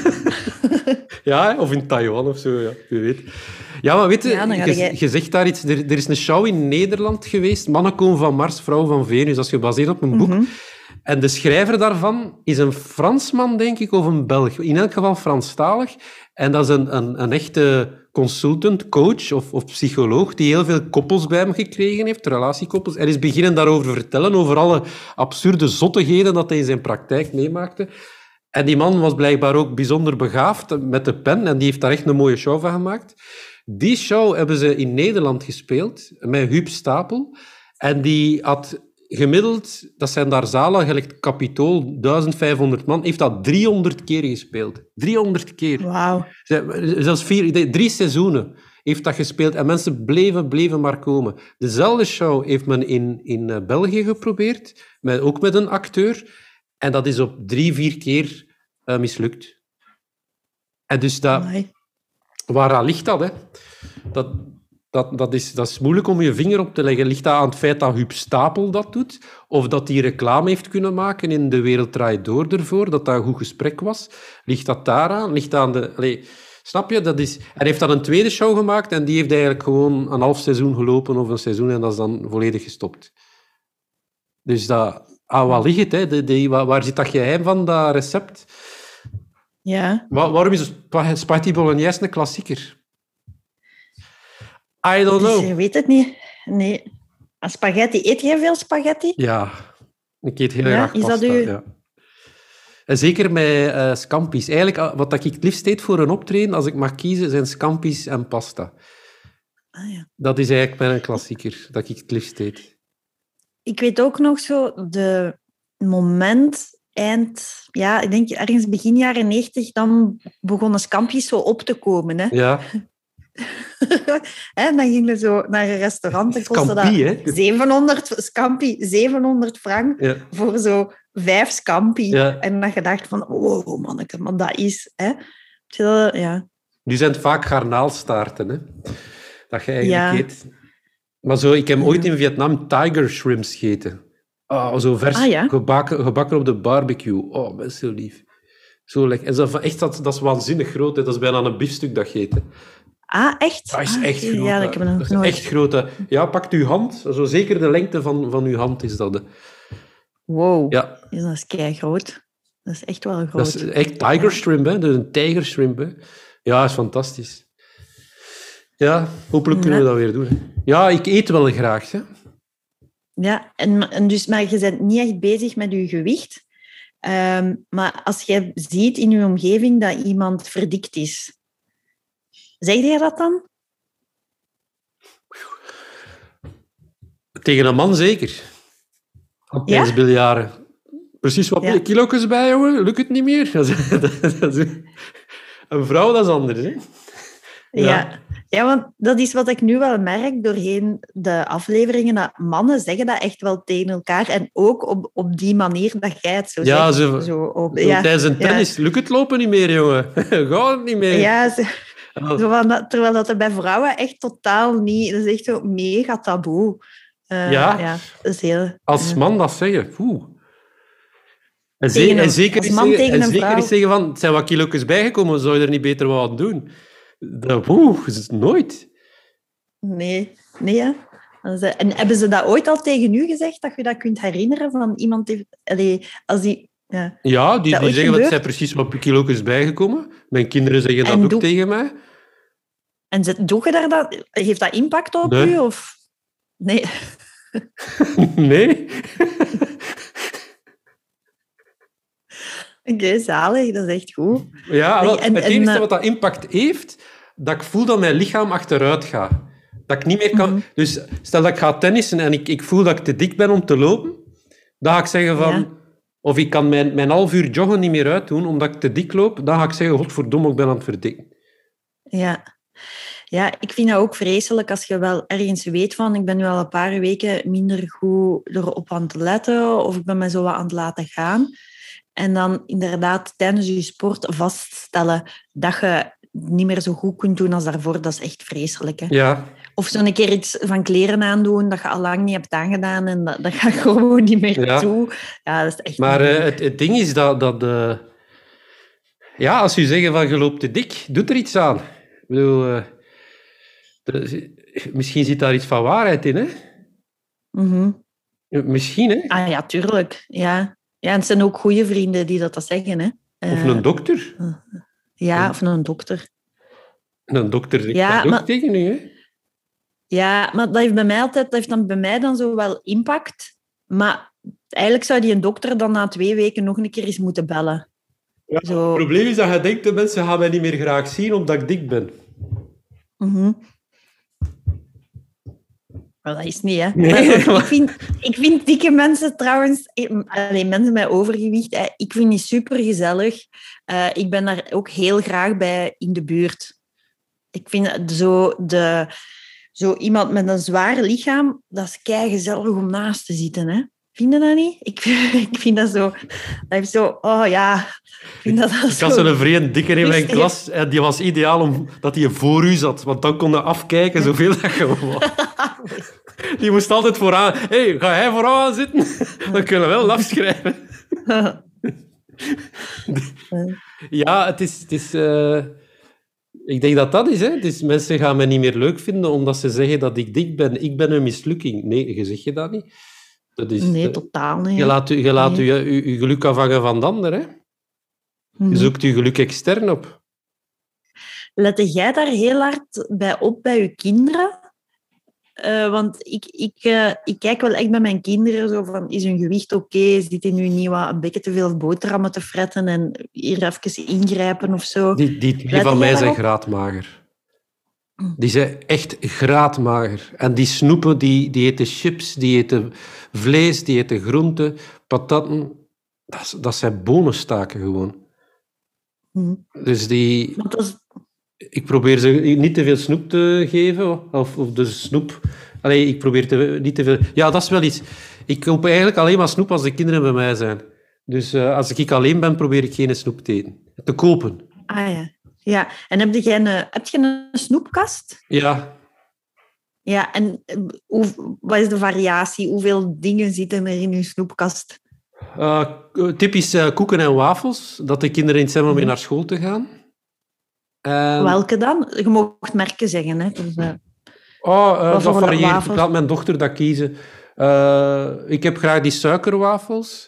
Ja, of in Taiwan of zo, ja, wie weet. Ja, maar weet je, Ja, dan ga je, jij- je zegt daar iets... Er, er is een show in Nederland geweest, Mannen komen van Mars, vrouwen van Venus. Dat is gebaseerd op een boek. Mhm. En de schrijver daarvan is een Fransman, denk ik, of een Belg. In elk geval Franstalig. En dat is een, een, een echte consultant, coach of, of psycholoog, die heel veel koppels bij hem gekregen heeft, relatiekoppels. En is beginnen daarover vertellen, over alle absurde zottigheden dat hij in zijn praktijk meemaakte. En die man was blijkbaar ook bijzonder begaafd met de pen en die heeft daar echt een mooie show van gemaakt. Die show hebben ze in Nederland gespeeld, met Huub Stapel. En die had gemiddeld, dat zijn daar zalen, gelijk Capitool, duizend vijfhonderd man, heeft dat driehonderd keer gespeeld. driehonderd keer. Wauw. Ze- Zelfs vier, ik denk drie seizoenen heeft dat gespeeld en mensen bleven, bleven maar komen. Dezelfde show heeft men in, in eh, België geprobeerd, met, ook met een acteur. En dat is op drie, vier keer eh, mislukt. En dus dat, Amai. waaraan ligt dat? Hè? Dat, dat, dat, is, dat is moeilijk om je vinger op te leggen. Ligt dat aan het feit dat Huub Stapel dat doet? Of dat hij reclame heeft kunnen maken in De Wereld Draait Door ervoor? Dat dat een goed gesprek was? Ligt dat daaraan? Ligt dat aan de... Allee, snap je? Dat is... Hij heeft dan een tweede show gemaakt en die heeft eigenlijk gewoon een half seizoen gelopen of een seizoen en dat is dan volledig gestopt. Dus dat... Ah, wat ligt het? Hè? De, de, waar, waar zit dat geheim van, dat recept? Ja. Wa- waarom is spa- spaghetti bolognese een klassieker? I don't Dus know. je weet het niet. Nee. Aan spaghetti. Eet jij veel spaghetti? Ja, ik eet heel Ja, graag is pasta. dat uw- Ja. En zeker met eh scampi's. Eigenlijk, ah, wat ik het liefst eet voor een optreden, als ik mag kiezen, zijn scampi's en pasta. Ah, ja. Dat is eigenlijk mijn klassieker, dat ik het liefst eet. Ik weet ook nog zo de moment, eind... Ja, ik denk ergens begin jaren negentig, dan begonnen scampjes zo op te komen. Hè. Ja, En dan gingen we zo naar een restaurant en kostte dat scampi, hè. zevenhonderd scampi, zevenhonderd frank Ja. voor zo vijf scampi. Ja. En dan gedacht van, oh manneke, maar dat is... Hè. Heb je dat- Ja. Nu zijn het vaak garnaalstaarten, hè. Dat je eigenlijk Ja. eet. Maar zo, ik heb ooit in Vietnam tiger shrimps gegeten. Oh, zo vers, Ah, ja? gebakken, gebakken op de barbecue. Oh, dat is zo lief. Zo lekker. En zo, echt, dat, dat is waanzinnig groot. Hè. Dat is bijna een biefstuk dat je eet. Hè. Ah, echt? Dat is Ah, echt groot. Ja, hè. dat heb ik nog dat is nooit. echt groot. Hè. Ja, pakt uw hand. Zo zeker de lengte van, van uw hand is dat. Hè. Wow. Ja, Ja, dat is keigroot. Dat is echt wel groot. dat is echt tiger shrimp. Hè. Dus een tijgershrimp. Hè. Ja, dat is fantastisch. Ja, hopelijk kunnen we Ja. dat weer doen. Hè. Ja, ik eet wel graag. Hè. Ja, en, en dus, maar je bent niet echt bezig met je gewicht. Ehm, maar als je ziet in je omgeving dat iemand verdikt is, zeg je dat dan? Tegen een man zeker. Op Ja? tijdens biljaren. Precies wat Ja. kilo's bij, jongen. Lukt het niet meer? Dat is, dat is, een vrouw, dat is anders. Hè? Ja. Ja. Ja, want dat is wat ik nu wel merk doorheen de afleveringen, dat mannen zeggen dat echt wel tegen elkaar en ook op, op die manier dat jij het zo Ja, zegt. zo, Zo op, zo ja, tijdens een ja. tennis. Lukt het lopen niet meer, jongen? Gaat het niet meer? Ja, zo, Oh, zo van dat- terwijl dat er bij vrouwen echt totaal niet... Dat is echt zo mega taboe. Eh, Ja. ja, dat is heel... Als ja. man dat zeggen. Oeh. En, ze- Tegen en een- zeker, als is man zeggen, tegen en een zeker vrouw. is zeggen van, het zijn wat kilo's bijgekomen, zou je er niet beter wat aan doen? Dat, oeh, is het nooit. Nee, nee. Hè. Dan ze- En hebben ze dat ooit al tegen u gezegd, dat je dat kunt herinneren? Van iemand heeft... Allee, als die... Ja. Ja, die, dat die ooit zeggen, dat het gebeurd? zijn precies wat kilo's bijgekomen. Mijn kinderen zeggen dat En ook doe- tegen mij. En ze- doe je daar dat... Heeft dat impact op Nee. u? Of... Nee. Nee. Oké, zalig. Dat is echt goed. Ja, wel, En- het en, enige eh, wat dat impact heeft, dat ik voel dat mijn lichaam achteruit gaat. Dat ik niet meer kan... Mhm. Dus stel dat ik ga tennissen en ik, ik voel dat ik te dik ben om te lopen, dan ga ik zeggen van... Ja. Of ik kan mijn, mijn half uur joggen niet meer uitdoen omdat ik te dik loop, dan ga ik zeggen, godverdomme, ik ben aan het verdikken. Ja. Ja, ik vind dat ook vreselijk als je wel ergens weet van ik ben nu al een paar weken minder goed erop aan het letten of ik ben me zo wat aan het laten gaan. En dan inderdaad tijdens je sport vaststellen dat je niet meer zo goed kunt doen als daarvoor, dat is echt vreselijk. Hè? Ja, Of zo een keer iets van kleren aandoen dat je al lang niet hebt aangedaan en dat, dat gaat gewoon niet meer Ja. toe. Ja, dat is echt maar niet eh, leuk. het, het ding is dat... dat eh, ja, als je zegt van je loopt te dik, doet er iets aan. Ik bedoel, eh, er- misschien zit daar iets van waarheid in, hè? Mhm. Misschien, hè? Ah ja, tuurlijk. Ja. Ja, en het zijn ook goede vrienden die dat, dat zeggen. Hè. Of Eh, een dokter. Ja, of een dokter. Een dokter zegt Ja, dat ook maar- tegen u, hè? Ja, maar dat heeft bij mij altijd, dat heeft dan bij mij dan zo wel impact. Maar eigenlijk zou die een dokter dan na twee weken nog een keer eens moeten bellen. Ja, Zo. Het probleem is dat je denkt, de mensen gaan mij niet meer graag zien omdat ik dik ben. Mhm. Maar dat is niet, hè. Nee, Maar, maar- ik, vind, ik vind dikke mensen trouwens... Alleen mensen met overgewicht, hè, ik vind die supergezellig. Uh, ik ben daar ook heel graag bij in de buurt. Ik vind zo, de, zo iemand met een zwaar lichaam, dat is keigezellig om naast te zitten, hè. Vind je dat niet? Ik, ik vind dat zo... Dat heeft zo... Oh ja... Ik vind dat dat Ik had zo... zo'n vriend dikker in mijn rustig. klas en die was ideaal omdat hij voor u zat, want dan kon je afkijken zoveel dat je wou. Die moest altijd vooraan... Hé, hey, ga hij vooraan zitten? Dan kunnen we wel afschrijven. Ja, het is... Het is uh... Ik denk dat dat is, hè. Het is. Mensen gaan me niet meer leuk vinden omdat ze zeggen dat ik dik ben. Ik ben een mislukking. Nee, je zeg je dat niet. Dat is, Nee, uh, totaal niet. Je laat, je, je, laat Nee. je, je, je geluk afhangen van de ander, hè. Je Mhm. zoekt je geluk extern op. Lette jij daar heel hard bij op bij je kinderen? Uh, want ik, ik, uh, ik kijk wel echt bij mijn kinderen zo van, is hun gewicht oké? Okay? Zit hij nu niet wat een beetje te veel boterhammen te fretten en hier even ingrijpen of zo? Die, die twee Lette van mij jij zijn daarop? graadmager. Die zijn echt graadmager. En die snoepen, die, die eten chips, die eten vlees, die eten groenten, patatten. Dat, is- dat zijn bonenstaken gewoon. Hm. Dus die... Want dat is... Ik probeer ze niet te veel snoep te geven. Of, of de snoep... Allee, ik probeer te, niet te veel... Ja, dat is wel iets. Ik koop eigenlijk alleen maar snoep als de kinderen bij mij zijn. Dus uh, als ik alleen ben, probeer ik geen snoep te eten. Te kopen. Ah ja. Ja, en heb je een, heb je een snoepkast? Ja. Ja, en hoe, wat is de variatie? Hoeveel dingen zitten er in je snoepkast? Uh, typisch uh, koeken en wafels. Dat de kinderen eens hebben om mee naar school te gaan. En... Welke dan? Je mag merken zeggen. Hè? Dus, uh, oh, uh, dat voor varieert. wafels? Ik laat mijn dochter dat kiezen. Uh, ik heb graag die suikerwafels.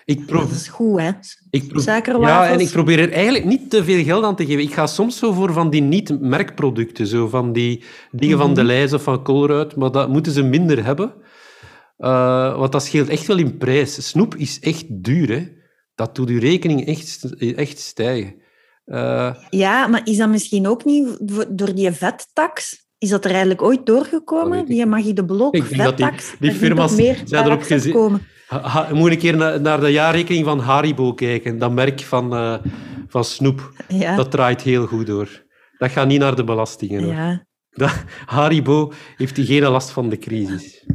Ik pro- Dat is goed, hè? ik pro- Suikerwafels. Ja, en ik probeer er eigenlijk niet te veel geld aan te geven. Ik ga soms zo voor van die niet-merkproducten, zo van die dingen van De Lijs of van Colruyt, maar dat moeten ze minder hebben. Uh, want dat scheelt echt wel in prijs. Snoep is echt duur, hè. Dat doet uw rekening echt, echt stijgen. Uh, Ja, maar is dat misschien ook niet door die vettax? Is dat er eigenlijk ooit doorgekomen? Die Magie de Blok, ik denk dat die, vettax? die firma's zijn erop gezet. Ha, moet een keer na, naar de jaarrekening van Haribo kijken. Dat merk van, uh, van snoep. Ja. Dat draait heel goed door. Dat gaat niet naar de belastingen. Hoor. Ja. Dat, Haribo heeft die geen last van de crisis.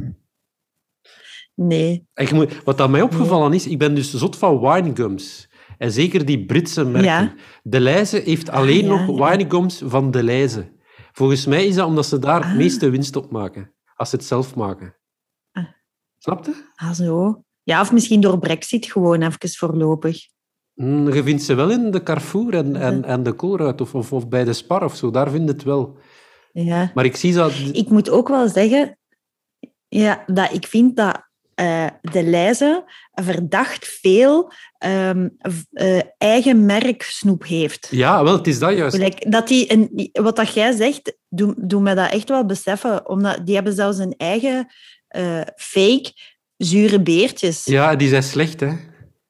Nee. En je moet, wat aan mij opgevallen is, ik ben dus zot van winegums. En zeker die Britse merken. Ja. De Lijze heeft alleen ah, ja, nog ja. winegums van De Lijze. Volgens mij is dat omdat ze daar ah. het meeste winst op maken. Als ze het zelf maken. Ah. Snap je? Ah, zo. Ja, of misschien door Brexit gewoon even voorlopig. Mm, je vindt ze wel in de Carrefour en, en, en de Colruyt of, of, of bij de Spar of zo. Daar vind je het wel. Ja. Maar ik zie dat... Ik moet ook wel zeggen... Ja, dat ik vind dat uh, De Lijze verdacht veel um, uh, eigen merk snoep heeft. Ja, wel, het is dat juist. Like, dat die een, wat dat jij zegt, doe, doe me dat echt wel beseffen. Omdat die hebben zelfs een eigen uh, fake zure beertjes. Ja, die zijn slecht, hè.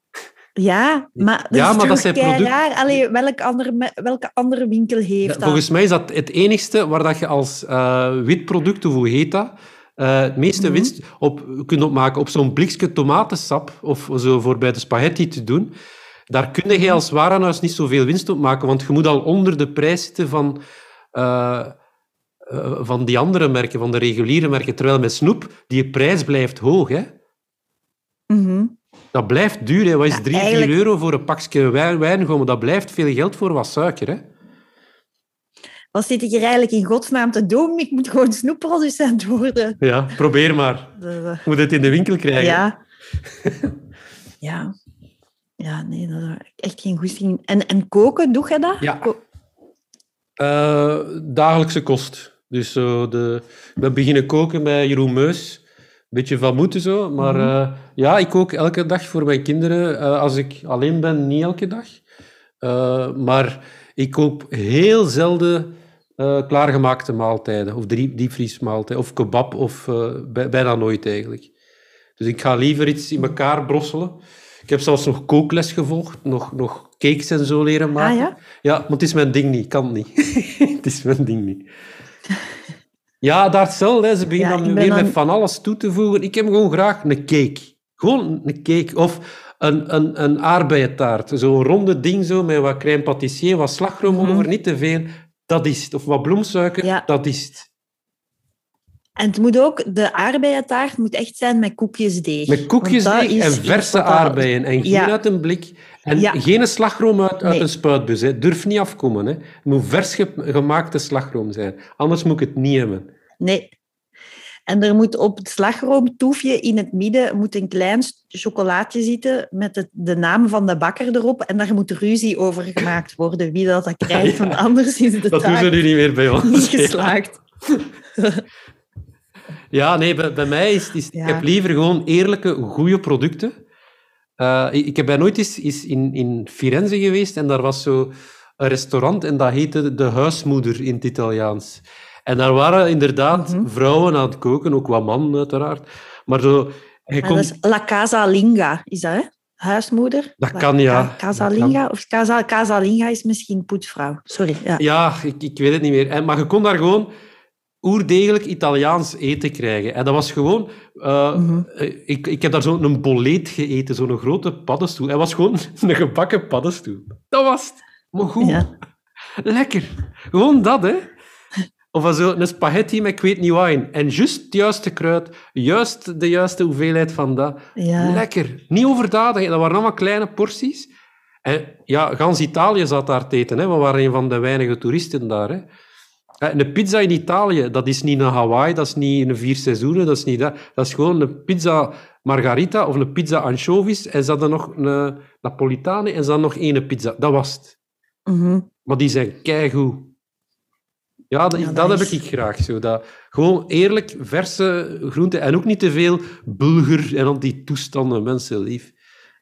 Ja, maar dat ja, is maar toch dat zijn product... raar. Allee, welke, andere, welke andere winkel heeft ja, dat? Volgens mij is dat het enigste waar dat je als uh, wit product, of hoe heet dat, uh, het meeste mm-hmm. winst op kunt opmaken. Op zo'n blikje tomatensap, of zo voor bij de spaghetti te doen. Daar kun je als warenhuis niet zoveel winst op maken, want je moet al onder de prijs zitten van, uh, uh, van die andere merken, van de reguliere merken. Terwijl met snoep, die prijs blijft hoog, hè. Mm-hmm. Dat blijft duur, hè. Wat is ja, drie, eigenlijk... vier euro voor een pakje wijn, wijn gewoon, dat blijft veel geld voor wat suiker, hè. Wat zit ik hier eigenlijk in godsnaam te doen? Ik moet gewoon snoepproducent worden. Ja, probeer maar. Je moet het in de winkel krijgen. Ja. ja. Ja, nee, dat is echt geen goesting. En, en koken, doe je dat? Ja. Ko- uh, dagelijkse kost. Dus zo de... we beginnen koken bij Jeroen Meus. Beetje van moeten zo, maar uh, ja, ik kook elke dag voor mijn kinderen. Uh, als ik alleen ben, niet elke dag. Uh, maar ik koop heel zelden uh, klaargemaakte maaltijden, of diepvriesmaaltijden, of kebab, of uh, bij, bijna nooit eigenlijk. Dus ik ga liever iets in elkaar brosselen. Ik heb zelfs nog kookles gevolgd, nog, nog cakes en zo leren maken. Ah, ja? Ja, maar het is mijn ding niet, ik kan het niet. Het is mijn ding niet. Ja, daar hetzelfde. Ze beginnen ja, dan weer dan... met van alles toe te voegen. Ik heb gewoon graag een cake. Gewoon een cake. Of een, een, een aardbeientaart. Zo'n ronde ding zo, met wat crème pâtissier, wat slagroom mm-hmm. over, niet te veel. Dat is het. Of wat bloemsuiker, ja. Dat is het. En het moet ook, de aardbeientaart moet echt zijn met koekjesdeeg. Met koekjesdeeg en verse aardbeien. En geen ja. uit een blik. En ja. geen slagroom uit, uit nee. een spuitbus. Hè. Durf niet afkomen. Hè. Het moet vers ge- gemaakte slagroom zijn. Anders moet ik het niet hebben. Nee. En er moet op het slagroomtoefje in het midden moet een klein chocolaatje zitten met het, de naam van de bakker erop. En daar moet ruzie over gemaakt worden. Wie dat, dat krijgt, ja. Want anders is de dat doen ze nu niet meer bij ons. Niet geslaagd. Ja. Ja, nee, bij, bij mij is, is ja. ik heb liever gewoon eerlijke, goede producten. Uh, ik, ik heb bij nooit eens, eens in, in Firenze geweest en daar was zo een restaurant en dat heette De Huismoeder in het Italiaans. En daar waren inderdaad mm-hmm. vrouwen aan het koken, ook wat mannen uiteraard. Maar zo... Ja, kon... Dat is La Casalinga, is dat, hè? Huismoeder? Dat La... kan, ja. Casalinga? Of Casa... Casalinga is misschien poetsvrouw. Sorry. Ja, ja ik, ik weet het niet meer. Maar je kon daar gewoon... oerdegelijk Italiaans eten krijgen. En dat was gewoon... Uh, mm-hmm. ik, ik heb daar zo'n boleet gegeten, zo'n grote paddenstoel. Het was gewoon een gebakken paddenstoel. Dat was het. Maar goed. Ja. Lekker. Gewoon dat, hè. Of zo een spaghetti met ik weet niet wat in. En juist het juiste kruid, juist de juiste hoeveelheid van dat. Ja. Lekker. Niet overdadig. Dat waren allemaal kleine porties. En ja, gans Italië zat daar te eten. Hè. We waren een van de weinige toeristen daar, hè. Een pizza in Italië, dat is niet een Hawaii, dat is niet een vier seizoenen, dat is niet dat. Dat is gewoon een pizza margarita of een pizza anchovies en ze hadden nog een Napolitane en ze hadden nog één pizza. Dat was het. Mm-hmm. Maar die zijn keigoed. Ja, dat, ja, dat, dat is... heb ik graag. Zo. Dat, gewoon eerlijk, verse groenten en ook niet te veel bulgur en al die toestanden, mensen lief.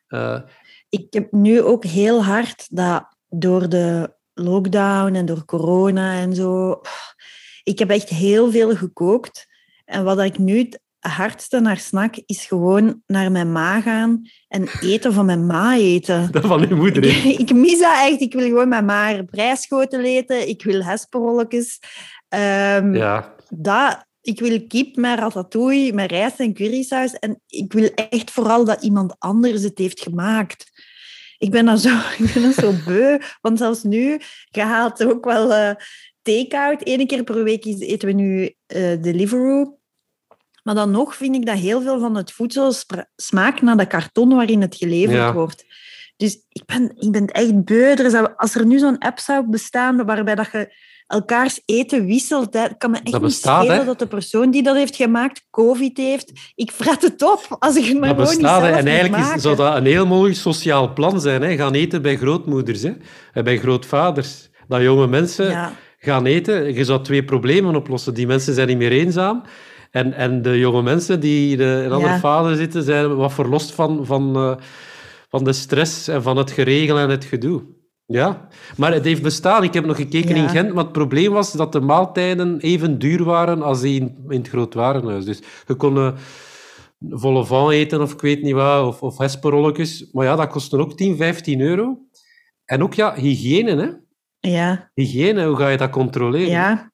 Uh, ik heb nu ook heel hard dat door de lockdown en door corona en zo... Ik heb echt heel veel gekookt. En wat ik nu het hardste naar snak, is gewoon naar mijn ma gaan en eten van mijn ma eten. Dat van uw moeder, ik, ik mis dat echt. Ik wil gewoon mijn ma haar prijsschotel eten. Ik wil hesperolletjes. Um, ja. Dat... Ik wil kip met ratatouille, met rijst en currysaus. En ik wil echt vooral dat iemand anders het heeft gemaakt. Ik ben dan zo, ik ben dan zo beu. Want zelfs nu gaat ook wel uh, take-out. Eén keer per week eten we nu uh, Deliveroo. Maar dan nog vind ik dat heel veel van het voedsel smaakt naar de karton waarin het geleverd ja. wordt. Dus ik ben, ik ben echt beu. Er zou, als er nu zo'n app zou bestaan waarbij dat je elkaars eten wisselt, hè, kan me echt dat niet bestaat, schelen hè? dat de persoon die dat heeft gemaakt COVID heeft. Ik fret het op als ik het maar dat gewoon bestaat, niet zelf en eigenlijk maken. Is, zou dat een heel mooi sociaal plan zijn. Hè? Gaan eten bij grootmoeders, hè? En bij grootvaders. Dat jonge mensen ja. gaan eten. Je zou twee problemen oplossen. Die mensen zijn niet meer eenzaam. En, en de jonge mensen die in een andere Ja. fase zitten, zijn wat verlost van, van, uh, van de stress en van het geregel en het gedoe. Ja, maar het heeft bestaan. Ik heb nog gekeken Ja. in Gent, maar het probleem was dat de maaltijden even duur waren als die in, in het grootwarenhuis. Dus je kon uh, volle van eten of ik weet niet wat, of, of hesperolletjes. Maar ja, dat kostte ook tien, vijftien euro. En ook, ja, hygiëne, hè. Ja. Hygiëne, hoe ga je dat controleren? Ja.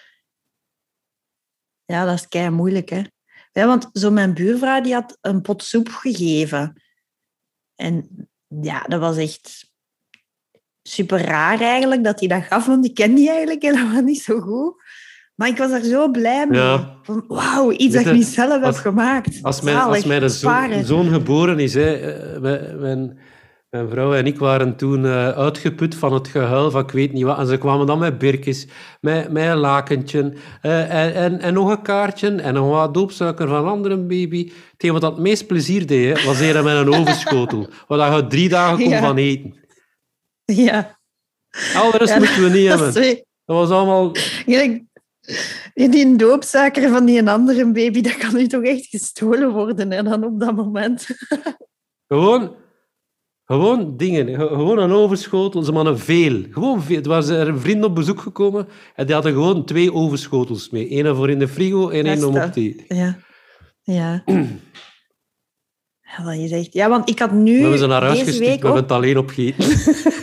Ja, dat is kei moeilijk, hè. Ja, want zo mijn buurvrouw die had een pot soep gegeven. En ja, dat was echt super raar eigenlijk dat hij dat gaf, want ik ken die eigenlijk helemaal niet zo goed. Maar ik was er zo blij mee. Ja. Van, wauw, iets dat ik niet zelf als, heb gemaakt. Als mijn, als mijn zoon, zoon geboren is, hè, mijn, mijn, mijn vrouw en ik waren toen uh, uitgeput van het gehuil van ik weet niet wat. En ze kwamen dan met birkjes, met, met een lakentje uh, en, en, en nog een kaartje en nog wat doopsuiker van een andere baby. Hetgeen wat dat het meest plezier deed, hè, was eten met een ovenschotel, waar je drie dagen kon ja. van eten. Ja. Al de rest ja, moeten we niet dat hebben. Twee... Dat was allemaal... Ja, die doopsuiker van die andere baby, dat kan nu toch echt gestolen worden, hè, dan op dat moment. Gewoon, gewoon dingen. Gewoon een overschotel, ze hadden veel. Gewoon veel. Er was er een vriend op bezoek gekomen en die hadden gewoon twee overschotels mee. Eén voor in de frigo en één om op te eten. Ja. Ja. Ja, wat je zegt. Ja, want ik had nu... We hebben ze naar huis deze gestuurd, week we hebben het alleen opgegeten.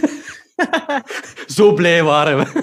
Zo blij waren we.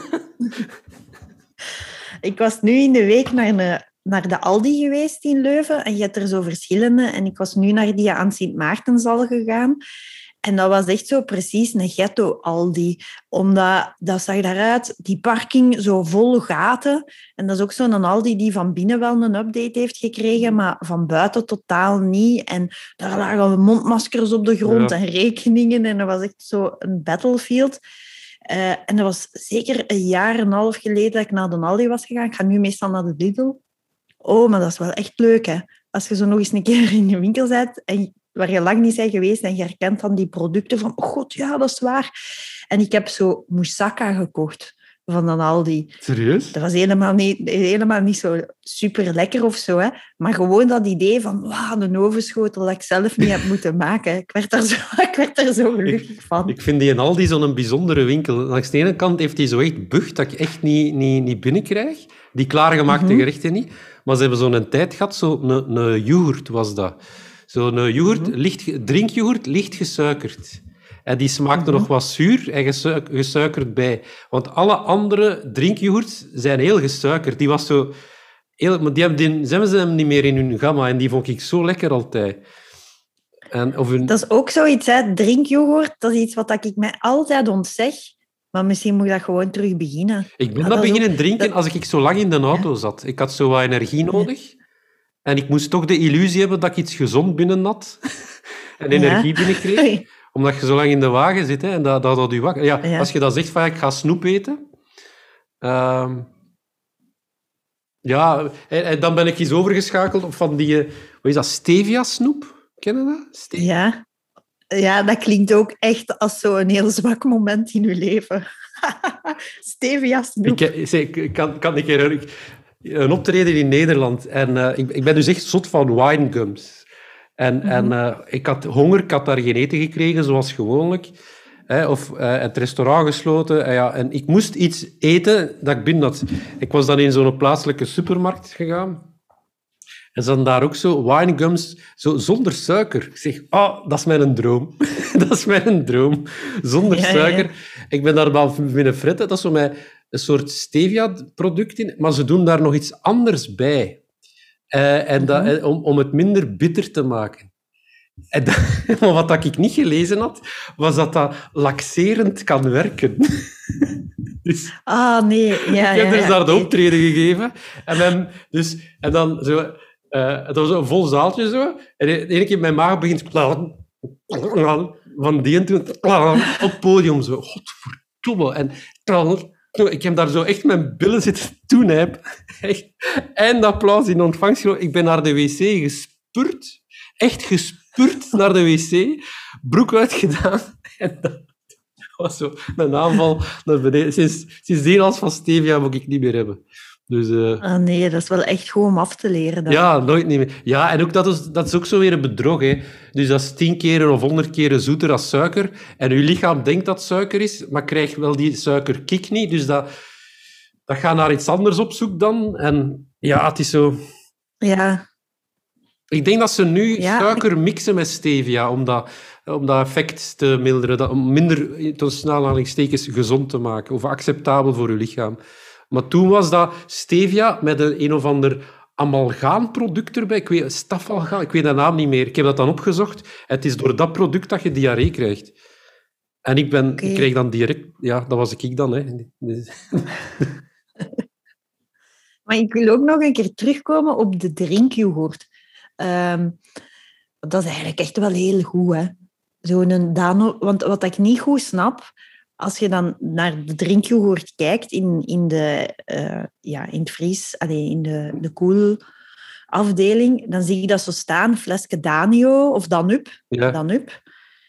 Ik was nu in de week naar, een, naar de Aldi geweest in Leuven. En je hebt er zo verschillende. En ik was nu naar die aan Sint Maartensal gegaan. En dat was echt zo precies een ghetto-Aldi. Omdat, dat zag daaruit, die parking zo vol gaten. En dat is ook zo'n Aldi die van binnen wel een update heeft gekregen, maar van buiten totaal niet. En daar lagen mondmaskers op de grond ja. en rekeningen. En dat was echt zo een battlefield. Uh, en dat was zeker een jaar en een half geleden dat ik naar de Aldi was gegaan. Ik ga nu meestal naar de Lidl. Oh, maar dat is wel echt leuk, hè. Als je zo nog eens een keer in de winkel bent en waar je lang niet bent geweest en je herkent dan die producten van, oh god, ja, dat is waar. En ik heb zo moussaka gekocht van de Aldi. Serieus? Dat was helemaal niet, helemaal niet zo super lekker of zo, hè. Maar gewoon dat idee van, wauw, een ovenschotel dat ik zelf niet heb moeten maken. Ik werd daar zo, ik werd daar zo gelukkig ik, van. Ik vind die in Aldi zo'n bijzondere winkel. Langs de ene kant heeft hij zo echt bucht dat ik echt niet, niet, niet binnenkrijg. Die klaargemaakte mm-hmm. gerechten niet. Maar ze hebben zo'n tijd gehad, zo'n een, een yoghurt was dat. Zo'n yoghurt, mm-hmm. licht, drinkyoghurt, licht gesuikerd. En die smaakte mm-hmm. nog wat zuur en gesuik, gesuikerd bij. Want alle andere drinkyoghurts zijn heel gesuikerd. Die was zo... Heel, maar die hebben, die, ze hebben ze hem niet meer in hun gamma. En die vond ik zo lekker altijd. En of hun... Dat is ook zoiets, hè. Drinkyoghurt, dat is iets wat ik mij altijd ontzeg. Maar misschien moet ik dat gewoon terug beginnen. Ik ben maar dat, dat beginnen ook, drinken dat... als ik zo lang in de auto ja. zat. Ik had zo wat energie nodig. Ja. En ik moest toch de illusie hebben dat ik iets gezond binnen had. en energie ja. binnenkreeg. Omdat je zo lang in de wagen zit, hè, en dat, dat houdt je wakker. Ja, ja. Als je dan zegt van, ik ga snoep eten... Uh, ja, en, en dan ben ik eens overgeschakeld op van die... Wat is dat? Stevia-snoep? Ken je dat? Stevia? Ja. Ja, dat klinkt ook echt als zo'n heel zwak moment in je leven. Stevia-snoep. Ik, ik kan, kan ik herinneren... Een optreden in Nederland. En uh, ik, ik ben dus echt zot van winegums. En, Mhm. en uh, ik had honger, ik had daar geen eten gekregen, zoals gewoonlijk. Hè, of uh, het restaurant gesloten. En, ja, en ik moest iets eten dat ik binnen had. Ik was dan in zo'n plaatselijke supermarkt gegaan. En ze hadden daar ook zo winegums, zo zonder suiker. Ik zeg, oh, dat is mijn droom. dat is mijn droom. Zonder Ja, ja, suiker. ja. Ik ben daar wel binnen fretten. Dat is zo met een soort stevia-product in. Maar ze doen daar nog iets anders bij. Uh, en dat, Mhm. om, om het minder bitter te maken. En dat, maar wat ik niet gelezen had, was dat dat laxerend kan werken. dus, Ah, nee. Ja, ik heb ja, dus ja, daar de oké. optreden gegeven. En dan, dus, en dan zo... Uh, het was een vol zaaltje zo. En de ene keer mijn maag begint... Van die en toen... Op het podium zo. Godverdomme. En... Ik heb daar zo echt mijn billen zitten toenijpen. Echt. Eindapplaus in ontvangst. Ik ben naar de wc gespurt. Echt gespurt naar de wc. Broek uitgedaan. En dat was zo een aanval naar beneden. Sinds, sindsdien als van stevia moet ik niet meer hebben. Dus, uh... ah, nee, dat is wel echt goed om af te leren. Dan. Ja, nooit niet meer. Ja, en ook dat is, dat is ook zo weer een bedrog. Hè. Dus dat is tien keren of honderd keren zoeter dan suiker. En je lichaam denkt dat suiker is, maar krijgt wel die suikerkick niet. Dus dat, dat gaat naar iets anders op zoek dan. En ja, het is zo... Ja. Ik denk dat ze nu Ja, suiker mixen met stevia, om dat, om dat effect te milderen. Dat, om minder, tussen aanhalingstekens, gezond te maken. Of acceptabel voor je lichaam. Maar toen was dat stevia met een, een of ander amalgaamproduct erbij. Ik weet, stafalgaan, ik weet de naam niet meer. Ik heb dat dan opgezocht. Het is door dat product dat je diarree krijgt. En ik, ben, Oké. ik kreeg dan direct... Ja, dat was ik dan. Hè. Maar ik wil ook nog een keer terugkomen op de drinkyoghurt. Um, dat is eigenlijk echt wel heel goed, hè. Zo'n Dano... Want wat ik niet goed snap... Als je dan naar de drinkyoghurt kijkt in, in, de, uh, ja, in het vries, allee, in de, de koelafdeling, dan zie je dat zo staan, flesje Danio of Danup. Ja. Danup.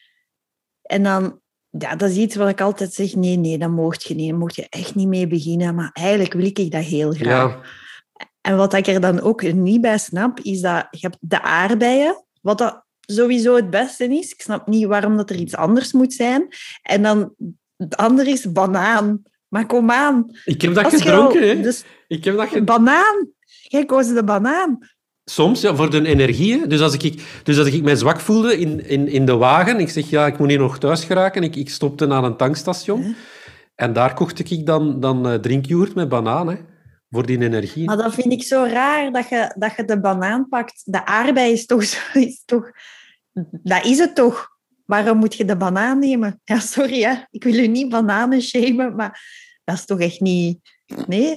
En dan, ja, dat is iets wat ik altijd zeg, nee, nee, dat mocht je niet. Daar mocht je echt niet mee beginnen. Maar eigenlijk wil ik dat heel graag. Ja. En wat ik er dan ook niet bij snap, is dat je hebt de aardbeien, wat dat sowieso het beste is. Ik snap niet waarom dat er iets anders moet zijn. En dan... Het andere is banaan. Maar kom aan. Ik heb dat Als gedronken, al, hè. Dus, ik heb dat ge... Banaan. Jij koos de banaan. Soms, ja, voor de energie. Dus als ik, dus als ik mij zwak voelde in, in, in de wagen, ik zeg, ja, ik moet hier nog thuis geraken. Ik, ik stopte aan een tankstation. Huh? En daar kocht ik dan, dan uh, drinkyoghurt met banaan, hè, voor die energie. Maar dat vind ik zo raar, dat je, dat je de banaan pakt. De aardbei is toch... Is toch dat is het toch? Waarom moet je de banaan nemen? Ja, sorry, hè. Ik wil je niet bananen shamen, maar dat is toch echt niet... Nee?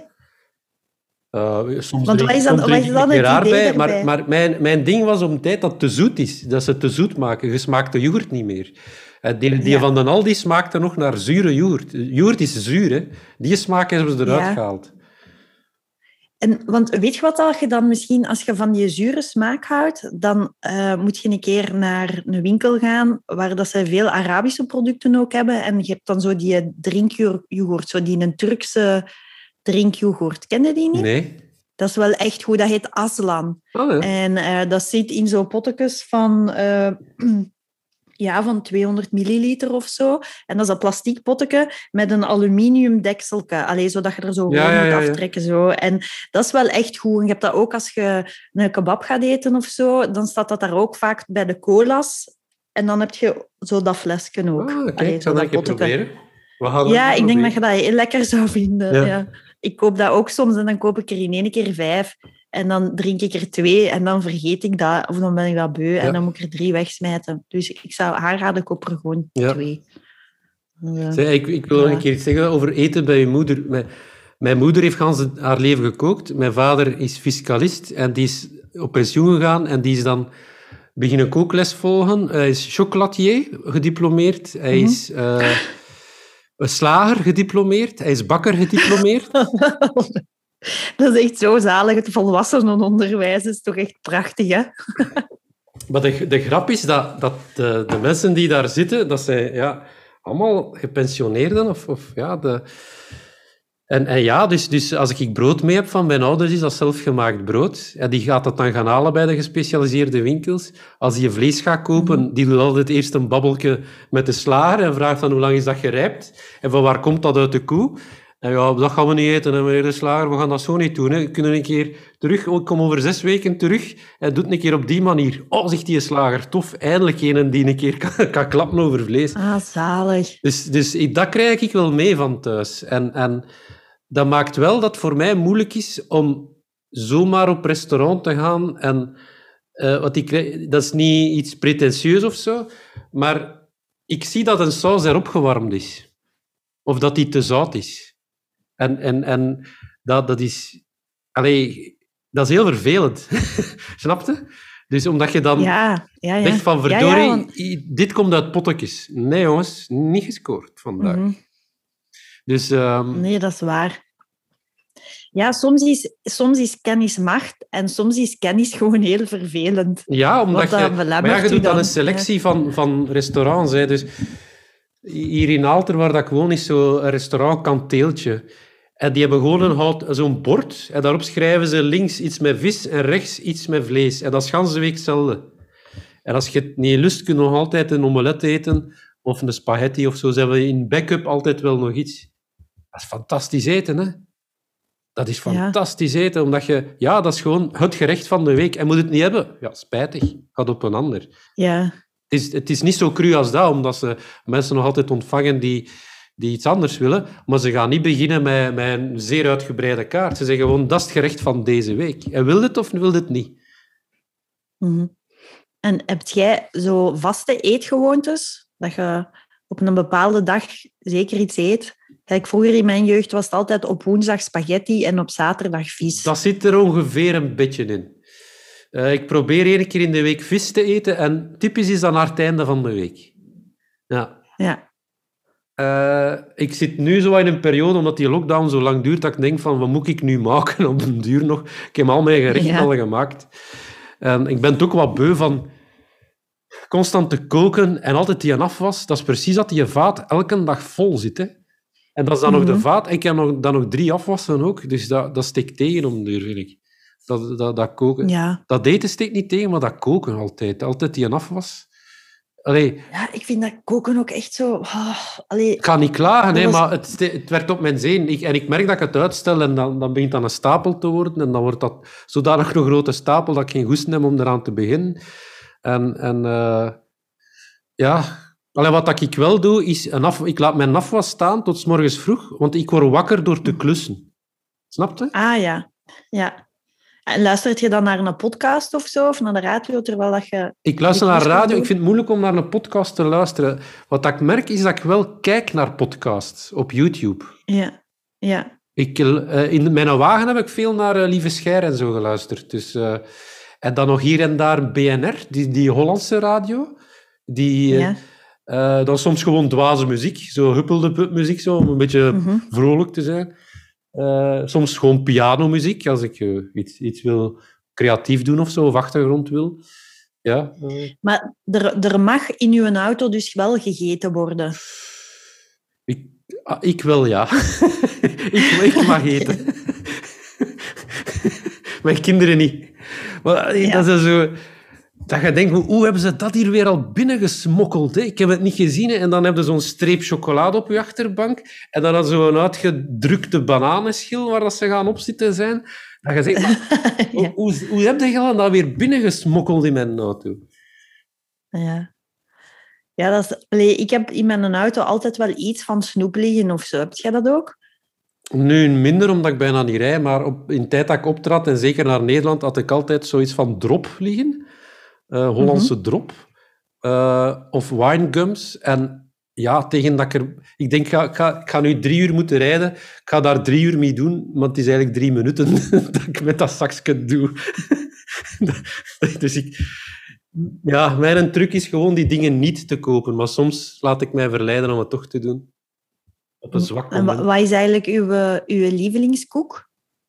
Uh, soms Want drink, wat is dan, soms wat is dan het raar idee bij, erbij? Maar, maar mijn, mijn ding was om tijd dat het te zoet is. Dat ze het te zoet maken. Je smaakt de yoghurt niet meer. Uh, die die ja. van de Aldi smaakte nog naar zure yoghurt. Yoghurt is zuur, hè. Die smaak hebben ze eruit ja. gehaald. En, want weet je wat dat je dan misschien, als je van die zure smaak houdt, dan uh, moet je een keer naar een winkel gaan waar dat ze veel Arabische producten ook hebben. En je hebt dan zo die drinkyoghurt, zo die een Turkse drinkyoghurt. Ken je die niet? Nee. Dat is wel echt goed. Dat heet Aslan. Oh, ja. En uh, dat zit in zo'n pottekes van... Uh, Ja, van tweehonderd milliliter of zo. En dat is een plastic potje met een aluminium dekselke. Allee, zodat je er zo ja, ja, moet ja, ja. aftrekken. Zo. En dat is wel echt goed. En je hebt dat ook als je een kebab gaat eten of zo. Dan staat dat daar ook vaak bij de cola's. En dan heb je zo dat flesje ook. Ah, okay. Allee, zo dat ik proberen. We gaan ja, ik denk dat je dat heel lekker zou vinden. Ja. Ja. Ik koop dat ook soms en dan koop ik er in één keer vijf. En dan drink ik er twee en dan vergeet ik dat. Of dan ben ik dat beu ja. en dan moet ik er drie wegsmijten. Dus ik zou aanraden, ik koop er gewoon ja. twee. Ja. Zeg, ik, ik wil ja. nog een keer iets zeggen over eten bij je moeder. Mijn, mijn moeder heeft gans haar leven gekookt. Mijn vader is fiscalist en die is op pensioen gegaan. En die is dan beginnen kookles volgen. Hij is chocolatier, gediplomeerd. Hij mm-hmm. is uh, een slager, gediplomeerd. Hij is bakker, gediplomeerd. Dat is echt zo zalig. Het volwassenenonderwijs is toch echt prachtig, hè? Maar de, de grap is dat, dat de, de mensen die daar zitten, dat zijn ja, allemaal gepensioneerden. Of, of, ja, de, En, en ja, dus, dus als ik brood mee heb van mijn ouders, is dat zelfgemaakt brood. En die gaat dat dan gaan halen bij de gespecialiseerde winkels. Als die vlees gaat kopen, Mhm. die doet altijd eerst een babbeltje met de slager en vraagt dan hoe lang is dat gerijpt en van waar komt dat uit de koe. En ja, dat gaan we niet eten, hè, meneer de slager, we gaan dat zo niet doen. Hè. We kunnen een keer terug, oh, ik kom over zes weken terug en doe het een keer op die manier. Oh, zegt die slager, tof, eindelijk een die een keer kan, kan klappen over vlees. Ah, zalig. Dus, dus ik- dat krijg ik wel mee van thuis. En, en dat maakt wel dat het voor mij moeilijk is om zomaar op restaurant te gaan. En, eh, wat ik, krijg- dat is niet iets pretentieus of zo, maar ik zie dat een saus erop gewarmd is. Of dat die te zout is. En, en, en dat, dat is... Allee, dat is heel vervelend. Snap je? Dus omdat je dan Ja, ja, ja. zegt van, Ja, ja, verdorie, want- i- dit komt uit pottekjes. Nee, jongens, niet gescoord vandaag. Mhm. Dus... ehm, Nee, dat is waar. Ja, soms is, soms is kennis macht en soms is kennis gewoon heel vervelend. Ja, omdat Wat dat je... belemmert Maar ja, je u doet dan dan, een selectie van, van restaurants. Hè. Dus hier in Aalter, waar dat ik woon, is zo'n restaurant Kanteeltje. En die hebben gewoon een hout, zo'n bord. En daarop schrijven ze links iets met vis en rechts iets met vlees. En dat is gans de week hetzelfde. En als je het niet lust, kun je nog altijd een omelet eten. Of een spaghetti of zo. Ze hebben in backup altijd wel nog iets. Dat is fantastisch eten, hè? Dat is Ja. fantastisch eten, omdat je... Ja, dat is gewoon het gerecht van de week. En moet het niet hebben? Ja, spijtig. Gaat op een ander. Ja, Het is, het is niet zo cru als dat, omdat ze mensen nog altijd ontvangen die, die iets anders willen. Maar ze gaan niet beginnen met, met een zeer uitgebreide kaart. Ze zeggen gewoon, dat is het gerecht van deze week. En wil het of wil het niet? mhm. En heb jij zo vaste eetgewoontes? Dat je op een bepaalde dag zeker iets eet? Kijk, vroeger in mijn jeugd was het altijd op woensdag spaghetti en op zaterdag vis. Dat zit er ongeveer een beetje in. Uh, ik probeer één keer in de week vis te eten en typisch is dat naar het einde van de week. Ja. Ja. Uh, ik zit nu zo in een periode, omdat die lockdown zo lang duurt, dat ik denk van, wat moet ik nu maken op den duur nog? Ik heb al mijn gerechten Ja. al gemaakt. En ik ben het ook wat beu van constant te koken en altijd die afwas. Dat is precies dat die vaat elke dag vol zit. Hè. En dat is dan Mhm. nog de vaat. Ik heb nog, dan nog drie afwassen ook, dus dat, dat steekt tegen om de duur, vind ik. Dat, dat, dat koken. Ja. Dat eten steekt niet tegen, maar dat koken altijd. Altijd die afwas. Allee, Ja, ik vind dat koken ook echt zo... Oh, allee, ik ga niet klagen, Dat hè, was- maar het, ste- het werkt op mijn zin. Ik, en ik merk dat ik het uitstel en dan, dan begint dat een stapel te worden. En dan wordt dat zodanig een grote stapel dat ik geen goesting heb om eraan te beginnen. En, en eh, ja... Allee, wat ik wel doe, is... Een af, ik laat mijn afwas staan tot 's morgens vroeg, want ik word wakker door te klussen. Snap je? Ah, ja. Ja. En luistert je dan naar een podcast of zo, of naar de radio, terwijl dat je... Ik luister Die naar klus radio. doen? Ik vind het moeilijk om naar een podcast te luisteren. Wat ik merk, is dat ik wel kijk naar podcasts op YouTube. Ja. Ja. Ik, eh, in mijn wagen heb ik veel naar eh, Lieve Scher en zo geluisterd. Dus, eh, en dan nog hier en daar B N R, die, die Hollandse radio. Die, eh, Ja. eh, dan soms gewoon dwaze muziek, zo huppelde muziek, zo, om een beetje Mhm. vrolijk te zijn. Eh, soms gewoon pianomuziek, als ik eh, iets, iets wil creatief doen of zo, of achtergrond wil. Ja, eh, Maar er, er mag in uw auto dus wel gegeten worden. ik, ah, ik wel, ja. ik, ik mag eten. Mijn kinderen niet. Maar eh, Ja. dat is zo... Dat je denkt, hoe, hoe hebben ze dat hier weer al binnengesmokkeld? Hè? Ik heb het niet gezien. Hè? En dan heb je zo'n streep chocolade op je achterbank. En dan had zo'n uitgedrukte bananenschil waar dat ze gaan opzitten zijn. Dat je zegt, maar, Ja. hoe, hoe, hoe heb je dat weer binnengesmokkeld in mijn auto? Ja. Ja, dat is... Allee, ik heb in mijn auto altijd wel iets van snoep liggen of zo. Heb jij dat ook? Nu minder, omdat ik bijna niet rijd. Maar op, in de tijd dat ik optrad, en zeker naar Nederland, had ik altijd zoiets van drop liggen. Uh, Hollandse drop. Uh, of winegums. En ja, tegen dat ik er... Ik denk, ik ga, ik, ga, ik ga nu drie uur moeten rijden. Ik ga daar drie uur mee doen, want het is eigenlijk drie minuten dat ik met dat zakje doe. Dus ik... Ja, mijn truc is gewoon die dingen niet te kopen. Maar soms laat ik mij verleiden om het toch te doen. Op een zwak En moment. wa- wat is eigenlijk uw, uw lievelingskoek?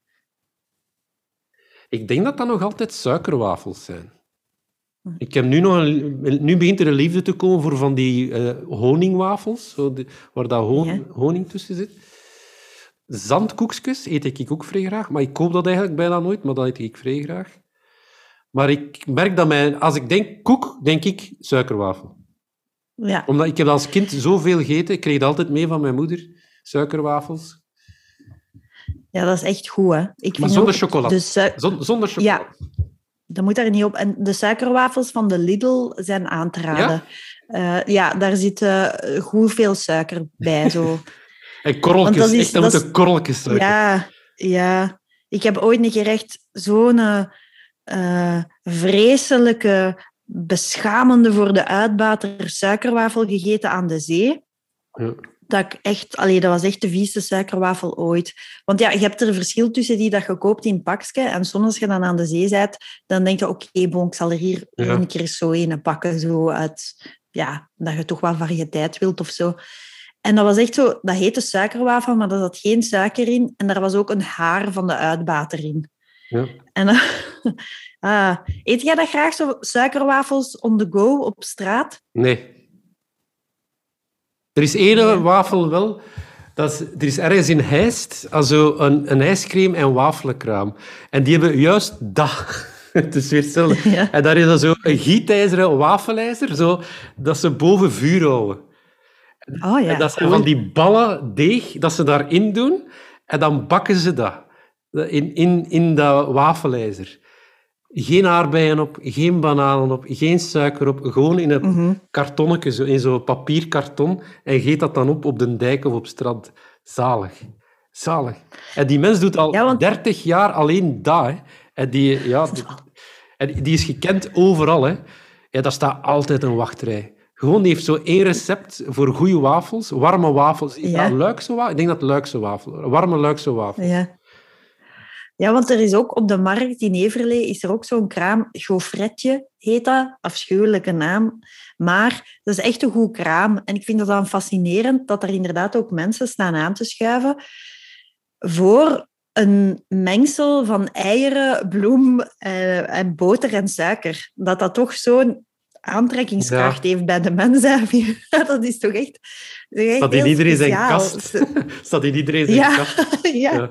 Ik denk dat dat nog altijd suikerwafels zijn. Ik heb nu, nog een, nu begint er een liefde te komen voor van die uh, honingwafels, zo die, waar dat hon, Ja. honing tussen zit. Zandkoekjes eet ik ook vrij graag, maar ik koop dat eigenlijk bijna nooit, maar dat eet ik vrij graag. Maar ik merk dat mijn... Als ik denk koek, denk ik suikerwafel. Ja. Omdat ik heb als kind zoveel gegeten, ik kreeg dat altijd mee van mijn moeder, suikerwafels. Ja, dat is echt goed, hè. Ik Maar vind zonder ook chocolade. de su- Zon- zonder chocolade. Ja, dat moet daar niet op. En de suikerwafels van de Lidl zijn aan te raden. Ja, ja daar zit uh, goed veel suiker bij. Zo. En korreltjes, Want dat is, echt, dat dat moeten korreltjes suiker. Ja, ja. Ik heb ooit een keer echt zo'n uh, vreselijke, beschamende voor de uitbater suikerwafel gegeten aan de zee. Ja. Dat, ik echt, allee, dat was echt de vieste suikerwafel ooit. Want ja, je hebt er verschil tussen die dat je koopt in pakje en soms als je dan aan de zee bent, dan denk je, oké, okay, bon, ik zal er hier ja. een keer zo een pakken, zo uit, ja, dat je toch wel variëteit wilt of zo. En dat was echt zo, dat heette suikerwafel, maar daar zat geen suiker in en daar was ook een haar van de uitbater in. Ja. En, uh, ah, eet jij dat graag, zo suikerwafels on the go op straat? Nee. Er is één ja. wafel wel. Dat is, er is ergens in Heist also een, een ijscreme- en wafelkraam. En die hebben juist dat. Het is weer hetzelfde. Ja. En daar is dan zo een gietijzeren wafelijzer, zo, dat ze boven vuur houden. Oh, ja, en dat zijn cool. van die ballen deeg dat ze daarin doen. En dan bakken ze dat. In, in, in dat wafelijzer. Geen aardbeien op, geen bananen op, geen suiker op. Gewoon in het mm-hmm. kartonnetje, in zo'n papierkarton. En geet dat dan op op de dijk of op strand. Zalig. Zalig. En die mens doet al ja, want... dertig jaar alleen dat. Hè. En, die, ja, die, en die is gekend overal. Hè. Ja, daar staat altijd een wachtrij. Gewoon, die heeft zo één recept voor goede wafels. Warme wafels. Ja. Luikse wafels? Ik denk dat het Luikse wafel. Warme Luikse wafels. Ja. Ja, want er is ook op de markt in Heverlee is er ook zo'n kraam, Gaufretje heet dat, afschuwelijke naam. Maar dat is echt een goed kraam. En ik vind het dan fascinerend dat er inderdaad ook mensen staan aan te schuiven voor een mengsel van eieren, bloem eh, en boter en suiker. Dat dat toch zo'n aantrekkingskracht ja. heeft bij de mensen. Dat is toch echt, dat is echt Staat in iedereen zijn kast. Staat in iedereen zijn ja. kast. ja. ja.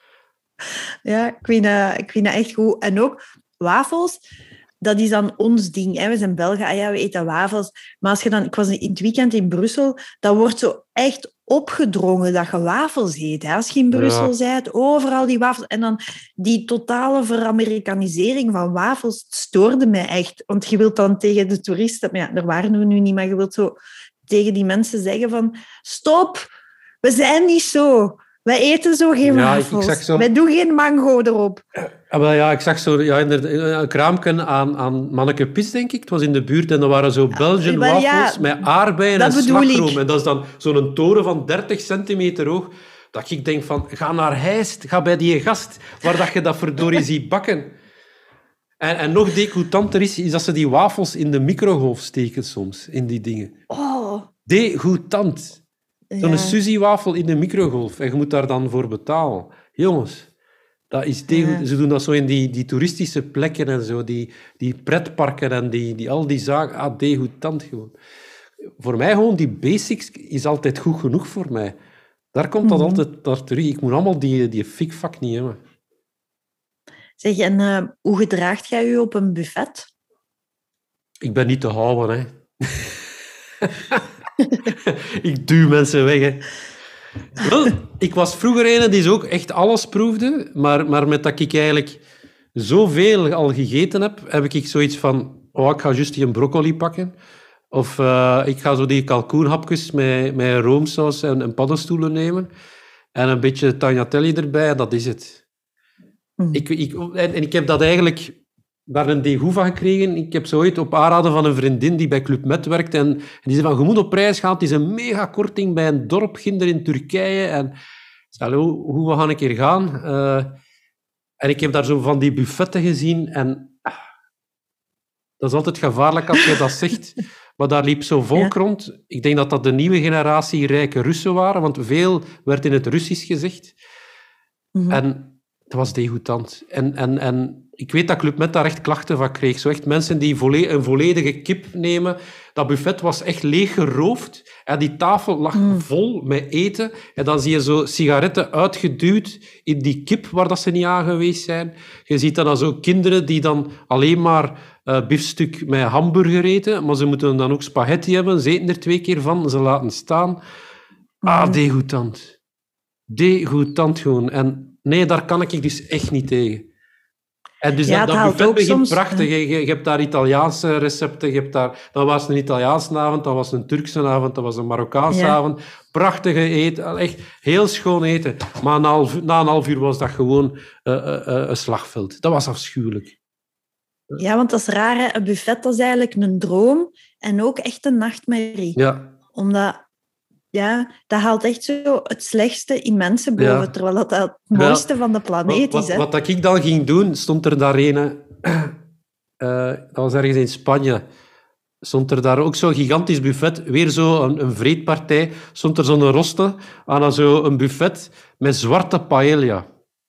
Ja, ik vind, uh, ik vind dat echt goed. En ook wafels, dat is dan ons ding. Hè. We zijn Belgen, ah ja, we eten wafels. Maar als je dan, ik was in het weekend in Brussel, dat wordt zo echt opgedrongen dat je wafels eet. Hè. Als je in Brussel ja. bent, overal die wafels. En dan die totale veramerikanisering van wafels stoorde mij echt. Want je wilt dan tegen de toeristen... Maar ja, daar waren we nu niet, maar je wilt zo tegen die mensen zeggen van... Stop, we zijn niet zo... Wij eten zo geen ja, wafels. Ik, ik zo... Wij doen geen mango erop. Ja, maar ja, ik zag zo ja, een kraamje aan, aan Manneke Pis, denk ik. Het was in de buurt en er waren zo Belgian ja, wafels ja, met aardbeien en slagroom. En dat is dan zo'n toren van dertig centimeter hoog. Dat ik denk van, ga naar Heist. Ga bij die gast waar dat je dat verdorie ziet bakken. En, en nog degoutanter is, is dat ze die wafels in de microgolf steken soms. In die dingen. Oh. Degoutant. Zo'n ja. Suzy-wafel in de microgolf. En je moet daar dan voor betalen. Jongens, dat is tegen... ja. Ze doen dat zo in die, die toeristische plekken en zo. Die, die pretparken en die, die, al die zaken. Ah, degoutant gewoon. Voor mij gewoon, die basics is altijd goed genoeg voor mij. Daar komt dat mm-hmm. altijd naar terug. Ik moet allemaal die, die fikvak niet hebben. Zeg, en uh, hoe gedraagt jij je op een buffet? Ik ben niet te houden, hè. Ik duw mensen weg, hè. Wel, ik was vroeger een die ook echt alles proefde, maar, maar met dat ik eigenlijk zoveel al gegeten heb, heb ik zoiets van, oh, ik ga juist die een broccoli pakken. Of uh, ik ga zo die kalkoenhapjes met, met roomsaus en, en paddenstoelen nemen. En een beetje tagliatelle erbij, en dat is het. Mm. Ik, ik, en, en ik heb dat eigenlijk... daar een degoe van gekregen. Ik heb zo ooit op aanraden van een vriendin die bij Club Med werkt. En, en die zei van, je moet op reis gaan. Het is een mega korting bij een dorp, ginder in Turkije. En ik zei, hoe, hoe we gaan een keer gaan? Uh, en ik heb daar zo van die buffetten gezien. En ah, dat is altijd gevaarlijk als je dat zegt. Maar daar liep zo volk ja. rond. Ik denk dat dat de nieuwe generatie rijke Russen waren. Want veel werd in het Russisch gezegd. Mm-hmm. En het was degoutant. En... en, en ik weet dat Club Med daar echt klachten van kreeg. Zo echt mensen die volle- een volledige kip nemen. Dat buffet was echt leeggeroofd. En die tafel lag Mm. vol met eten. En dan zie je zo sigaretten uitgeduwd in die kip waar dat ze niet aan geweest zijn. Je ziet dan, dan zo kinderen die dan alleen maar uh, biefstuk met hamburger eten. Maar ze moeten dan ook spaghetti hebben. Ze eten er twee keer van. Ze laten staan. Ah, Mm. degoutant. Degoutant gewoon. En nee, daar kan ik dus echt niet tegen. En dus Ja, dat, het dat haalt buffet ook begint soms- prachtig. Je, je, je hebt daar Italiaanse recepten. Je hebt daar, dan was het een Italiaanse avond, dan was het een Turkse avond, dan was het een Marokkaanse Ja. avond. Prachtige eten. Echt heel schoon eten. Maar na een half, na een half uur was dat gewoon uh, uh, uh, een slagveld. Dat was afschuwelijk. Ja, want dat is raar, hè. Een buffet, dat is eigenlijk een droom en ook echt een nachtmerrie. Ja. Omdat, ja, dat haalt echt zo het slechtste in mensen boven, Ja. terwijl dat het mooiste van de planeet Wat, is. Hè. wat, wat ik dan ging doen, stond er daar een... Uh, dat was ergens in Spanje. Stond er daar ook zo'n gigantisch buffet. Weer zo een, een vreedpartij. Stond er zo'n roste aan zo een buffet met zwarte paella.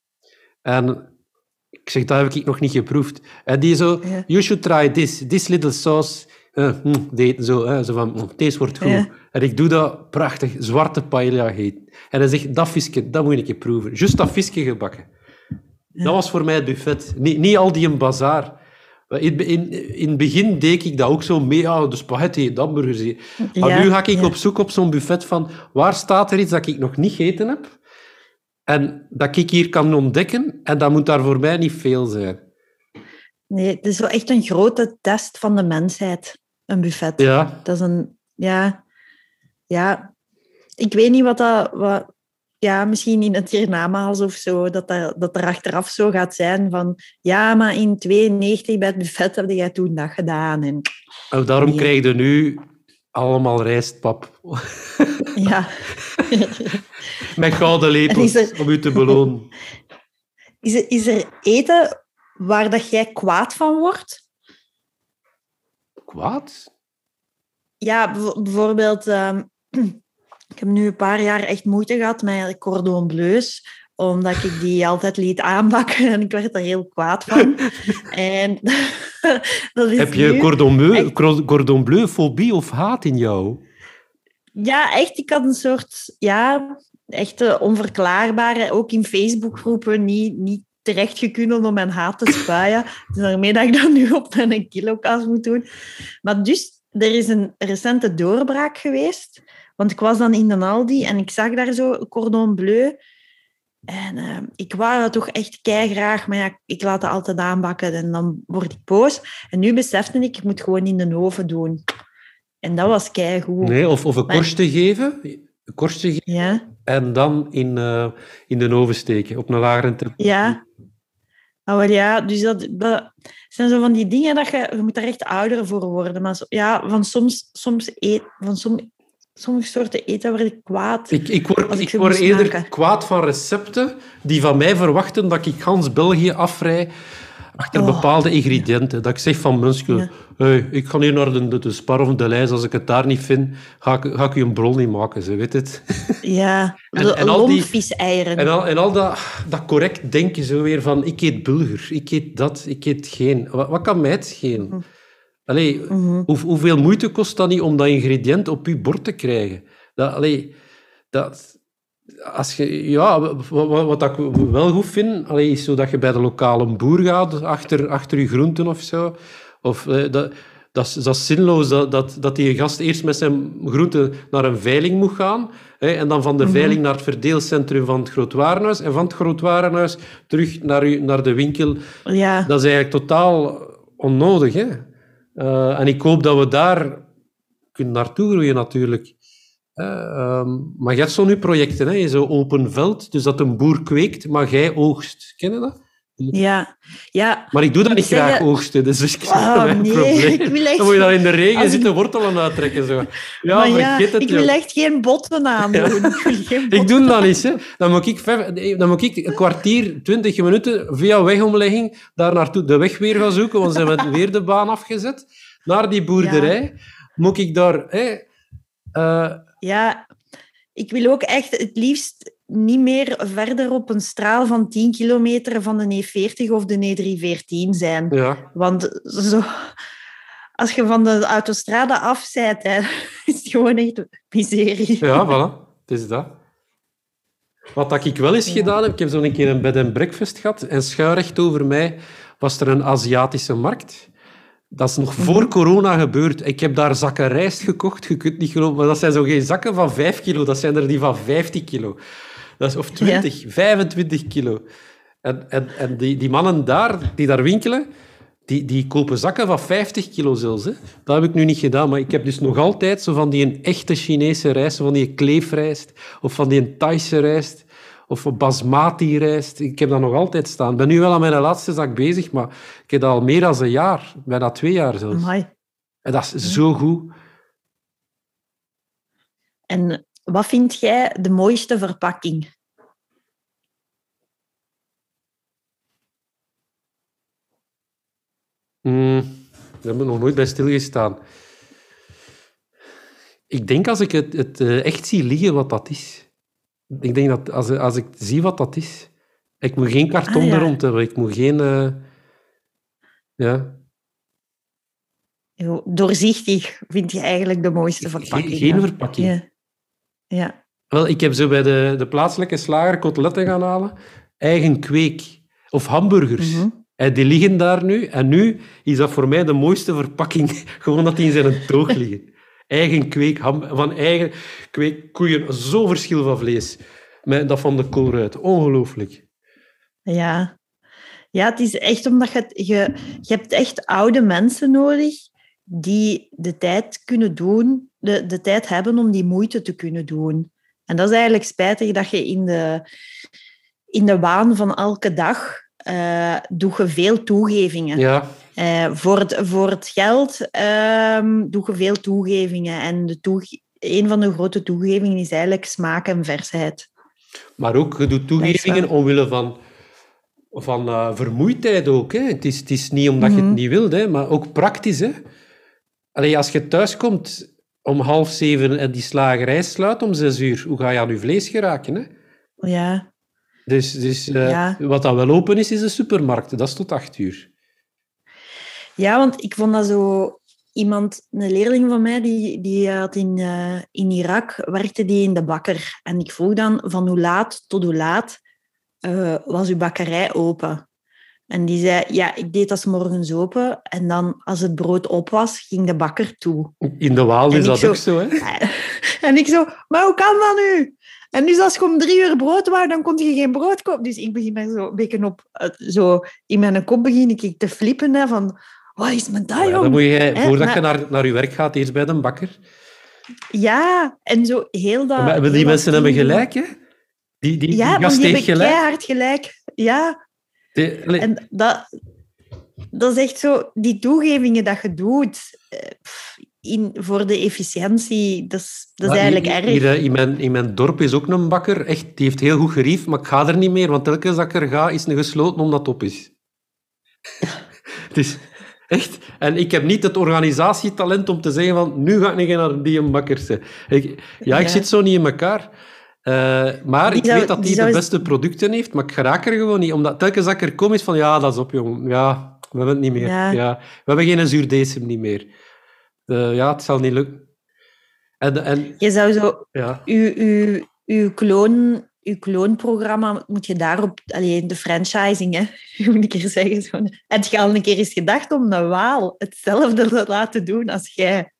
En ik zeg, dat heb ik nog niet geproefd. En die zo... Ja. You should try this. This little sauce. Uh, mm, die, zo, uh, zo van, mm, deze wordt goed. Ja. En ik doe dat prachtig. Zwarte paella heet. En hij zegt, dat visje, dat moet je een keer proeven. Juist dat visje gebakken. Ja. Dat was voor mij het buffet. Niet, niet al die een bazaar. In, in, in het begin deed ik dat ook zo mee. Ja, de spaghetti, de hamburgers. Maar Ja, nu ga ik ja. op zoek op zo'n buffet van... Waar staat er iets dat ik nog niet gegeten heb? En dat ik hier kan ontdekken. En dat moet daar voor mij niet veel zijn. Nee, het is wel echt een grote test van de mensheid, een buffet. Ja. Dat is een... Ja, ja. Ik weet niet wat dat... Wat, ja, misschien in het hiernamaals of zo, dat, dat, dat er achteraf zo gaat zijn van... Ja, maar in tweeënnegentig bij het buffet heb jij toen dat gedaan. En, En daarom Nee. krijg je nu allemaal rijstpap. ja. Met gouden lepels, En is er- om u te belonen. Is er, is er eten waar dat jij kwaad van wordt? Kwaad? Ja, bijv- bijvoorbeeld... ehm, ik heb nu een paar jaar echt moeite gehad met cordon bleus, omdat ik die altijd liet aanbakken en ik werd er heel kwaad van. En dat is Heb je nu- cordon bleu, echt- cor- cordon bleu fobie of haat in jou? Ja, echt. Ik had een soort... Ja, echt eh, onverklaarbare... Ook in Facebookgroepen niet, niet terecht gekunnen om mijn haat te spuien. Dus daarmee dat ik dat nu op mijn kilokast moet doen. Maar dus, er is een recente doorbraak geweest. Want ik was dan in de Aldi en ik zag daar zo cordon bleu. En eh, ik wou dat toch echt keigraag, maar ja, ik laat het altijd aanbakken en dan word ik boos. En nu besefte ik, ik moet gewoon in de oven doen. En dat was keigoed. Nee, of, of een Maar- korstje geven. Een korstje geven Ja, en dan in, uh, in de oven steken, op een lagere temperatuur. ja. Oh, wel ja, dus dat, dat zijn zo van die dingen dat je... Je moet daar echt ouder voor worden. Maar zo- ja, van soms... soms eet, van som, sommige soorten eten word ik kwaad. Ik, ik word, Als ik ik ze word moest eerder maken. kwaad van recepten die van mij verwachten dat ik gans België afrij achter Oh. bepaalde ingrediënten. Dat ik zeg van mensen, Ja. hey, ik ga hier naar de, de, de Spar of de Lijs, als ik het daar niet vind, ga ik, ga ik u een brol niet maken, ze weet het. Ja, En- de en al die- lompviseieren. En al, en al dat, dat correct denken, zo weer van, ik eet bulgur, ik eet dat, ik eet geen. Wat, wat kan mij het schelen? Allee, Mhm. hoe, hoeveel moeite kost dat niet om dat ingrediënt op je bord te krijgen? Dat, allee, dat, als je, ja, wat, wat, wat ik wel goed vind, allee, is zo dat je bij de lokale boer gaat, achter, achter je groenten of zo. Of, eh, dat, dat, is, dat is zinloos dat, dat, dat die gast eerst met zijn groenten naar een veiling moet gaan. Hè, en dan van de Mhm. veiling naar het verdeelcentrum van het grootwarenhuis. En van het grootwarenhuis terug naar, u, naar de winkel. Ja, Dat is eigenlijk totaal onnodig. Hè? Uh, en ik hoop dat we daar kunnen naartoe groeien, natuurlijk. Uh, um, maar je hebt zo nu projecten, hè? Zo'n open veld, dus dat een boer kweekt, maar jij oogst. Ken je dat? ja, ja. Maar ik doe dat Ik niet zeg graag, dat- oogsten. Dus ik Oh, mijn nee, probleem. ik wil echt- Dan moet je dan in de regen Als ik- zitten wortelen uittrekken. Zo. Ja, maar ja, vergeet het, ik wil joh. echt geen botten aandoen. Ik, wil geen Ik botten- doe dat niet. Hè. Dan, moet ik vijf, dan moet ik een kwartier, twintig minuten via wegomlegging daar naartoe de weg weer gaan zoeken, want ze hebben weer de baan afgezet. Naar die boerderij moet ik daar... Hè, uh, Ja, ik wil ook echt het liefst niet meer verder op een straal van tien kilometer van de E veertig of de E driehonderdveertien zijn. Ja. Want zo, als je van de autostrade af bent, hè, is het gewoon echt miserie. Ja, voilà. Het is dat. Wat dat ik wel eens Ja. gedaan heb, ik heb zo'n keer een bed and breakfast gehad en schuin recht over mij was er een Aziatische markt. Dat is nog voor corona gebeurd. Ik heb daar zakken rijst gekocht, je kunt niet geloven, maar dat zijn zo geen zakken van vijf kilo, dat zijn er die van vijftig kilo. Dat is, of twintig, ja. vijfentwintig kilo. En, en, en die, die mannen daar, die daar winkelen, die, die kopen zakken van vijftig kilo zelfs. Hè. Dat heb ik nu niet gedaan, maar ik heb dus nog altijd zo van die een echte Chinese rijst, van die kleefrijst, of van die een Thaise rijst, of basmati rijst. Ik heb dat nog altijd staan. Ik ben nu wel aan mijn laatste zak bezig, maar ik heb dat al meer dan een jaar, bijna twee jaar zelfs. Amai. En dat is zo goed. En wat vind jij de mooiste verpakking? Mm, daar heb ik nog nooit bij stilgestaan. Ik denk als ik het, het uh, echt zie liggen wat dat is. Ik denk dat als, als ik zie wat dat is... Ik moet geen karton ah, ja. er rond hebben. Ik moet geen... Uh, ja... Doorzichtig vind je eigenlijk de mooiste verpakking. Geen, geen verpakking. Ja. ja. Wel, ik heb zo bij de, de plaatselijke slager koteletten gaan halen. Eigen kweek. Of hamburgers. Mm-hmm. En die liggen daar nu. En nu is dat voor mij de mooiste verpakking. Gewoon dat die in zijn toog liggen. Eigen kweek, ham, van eigen kweek koeien. Zo'n verschil van vlees. Met dat van de koolruit. Ongelooflijk. Ja. Ja, het is echt omdat je... Je, je hebt echt oude mensen nodig die de tijd kunnen doen, de, de tijd hebben om die moeite te kunnen doen. En dat is eigenlijk spijtig dat je in de, in de waan van elke dag uh, doe je veel toegevingen. Ja. Uh, voor, het, voor het geld uh, doe je veel toegevingen. En de toege- een van de grote toegevingen is eigenlijk smaak en versheid. Maar ook, je doet toegevingen omwille van... Van uh, vermoeidheid ook. Hè. Het, is, het is niet omdat mm-hmm. je het niet wilt, hè, maar ook praktisch. Hè. Allee, als je thuiskomt om half zeven en die slagerij sluit om zes uur, hoe ga je aan je vlees geraken? Hè? Ja. Dus, dus uh, ja. wat dan wel open is, is de supermarkt. Dat is tot acht uur. Ja, want ik vond dat zo... Iemand, een leerling van mij, die, die had in, uh, in Irak, werkte die in de bakker. En ik vroeg dan, van hoe laat tot hoe laat uh, was uw bakkerij open? En die zei, ja, ik deed dat 's morgens open. En dan, als het brood op was, ging de bakker toe. In de Waal is dat zo, ook zo, hè? En ik zo, maar hoe kan dat nu? En dus als je om drie uur brood wou, dan kon je geen brood kopen. Dus ik begin me zo een beetje op... Zo, in mijn kop begin ik te flippen, hè, van... Wat is met dat, ja, jong? Dan moet je, voordat maar, je naar, naar je werk gaat, eerst bij de bakker. Ja, en zo heel dat... Maar die mensen hebben gelijk, hè? Die, die, ja, die gast die heeft hebben gelijk. keihard gelijk. Ja. Die, en dat, dat is echt zo... Die toegevingen dat je doet in, voor de efficiëntie, dat is, dat is eigenlijk hier, erg. Hier, in, mijn, in mijn dorp is ook een bakker. Echt, die heeft heel goed gerief, maar ik ga er niet meer, want telkens dat ik er ga, is een gesloten omdat het op is. Het is... Echt. En ik heb niet het organisatietalent om te zeggen van nu ga ik niet naar die bakker. Ik, ja, ik ja. zit zo niet in elkaar. Uh, maar die ik zou, weet dat die, die de beste eens... producten heeft, maar ik raak er gewoon niet. Omdat telkens dat ik er kom is van ja, dat is op, jongen. Ja, we hebben het niet meer. Ja. Ja, we hebben geen zuurdesem niet meer. Uh, ja, het zal niet lukken. En, en, je zou zo... Ja. Uw, uw, uw kloon... Uw kloonprogramma, moet je daarop... Allee, de franchising, hè. Moet ik er zeggen. Zo. Heb je al een keer eens gedacht om een Waal hetzelfde te laten doen als jij?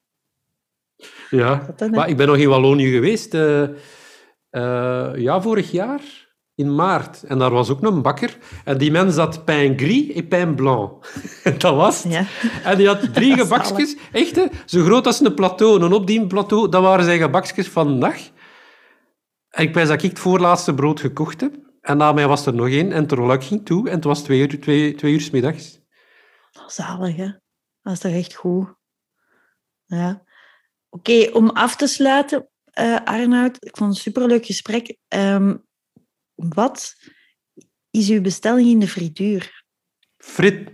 Ja, dan, maar ik ben nog in Wallonië geweest. Uh, uh, ja, vorig jaar. In maart. En daar was ook een bakker. En die mens had pain gris en pain blanc. Dat was het. Ja. En die had drie gebakjes. Echt, hè, zo groot als een plateau. En op die plateau, dat waren zijn gebakjes van de dag. En ik weet dat ik het voorlaatste brood gekocht heb. En na mij was er nog één. En terwijl ging toe. En het was twee uur, twee, twee uur 's middags. Oh, zalig, hè? Dat is toch echt goed. Ja. Oké, okay, om af te sluiten, uh, Arnoud. Ik vond het een superleuk gesprek. Um, wat is uw bestelling in de frituur? Frit.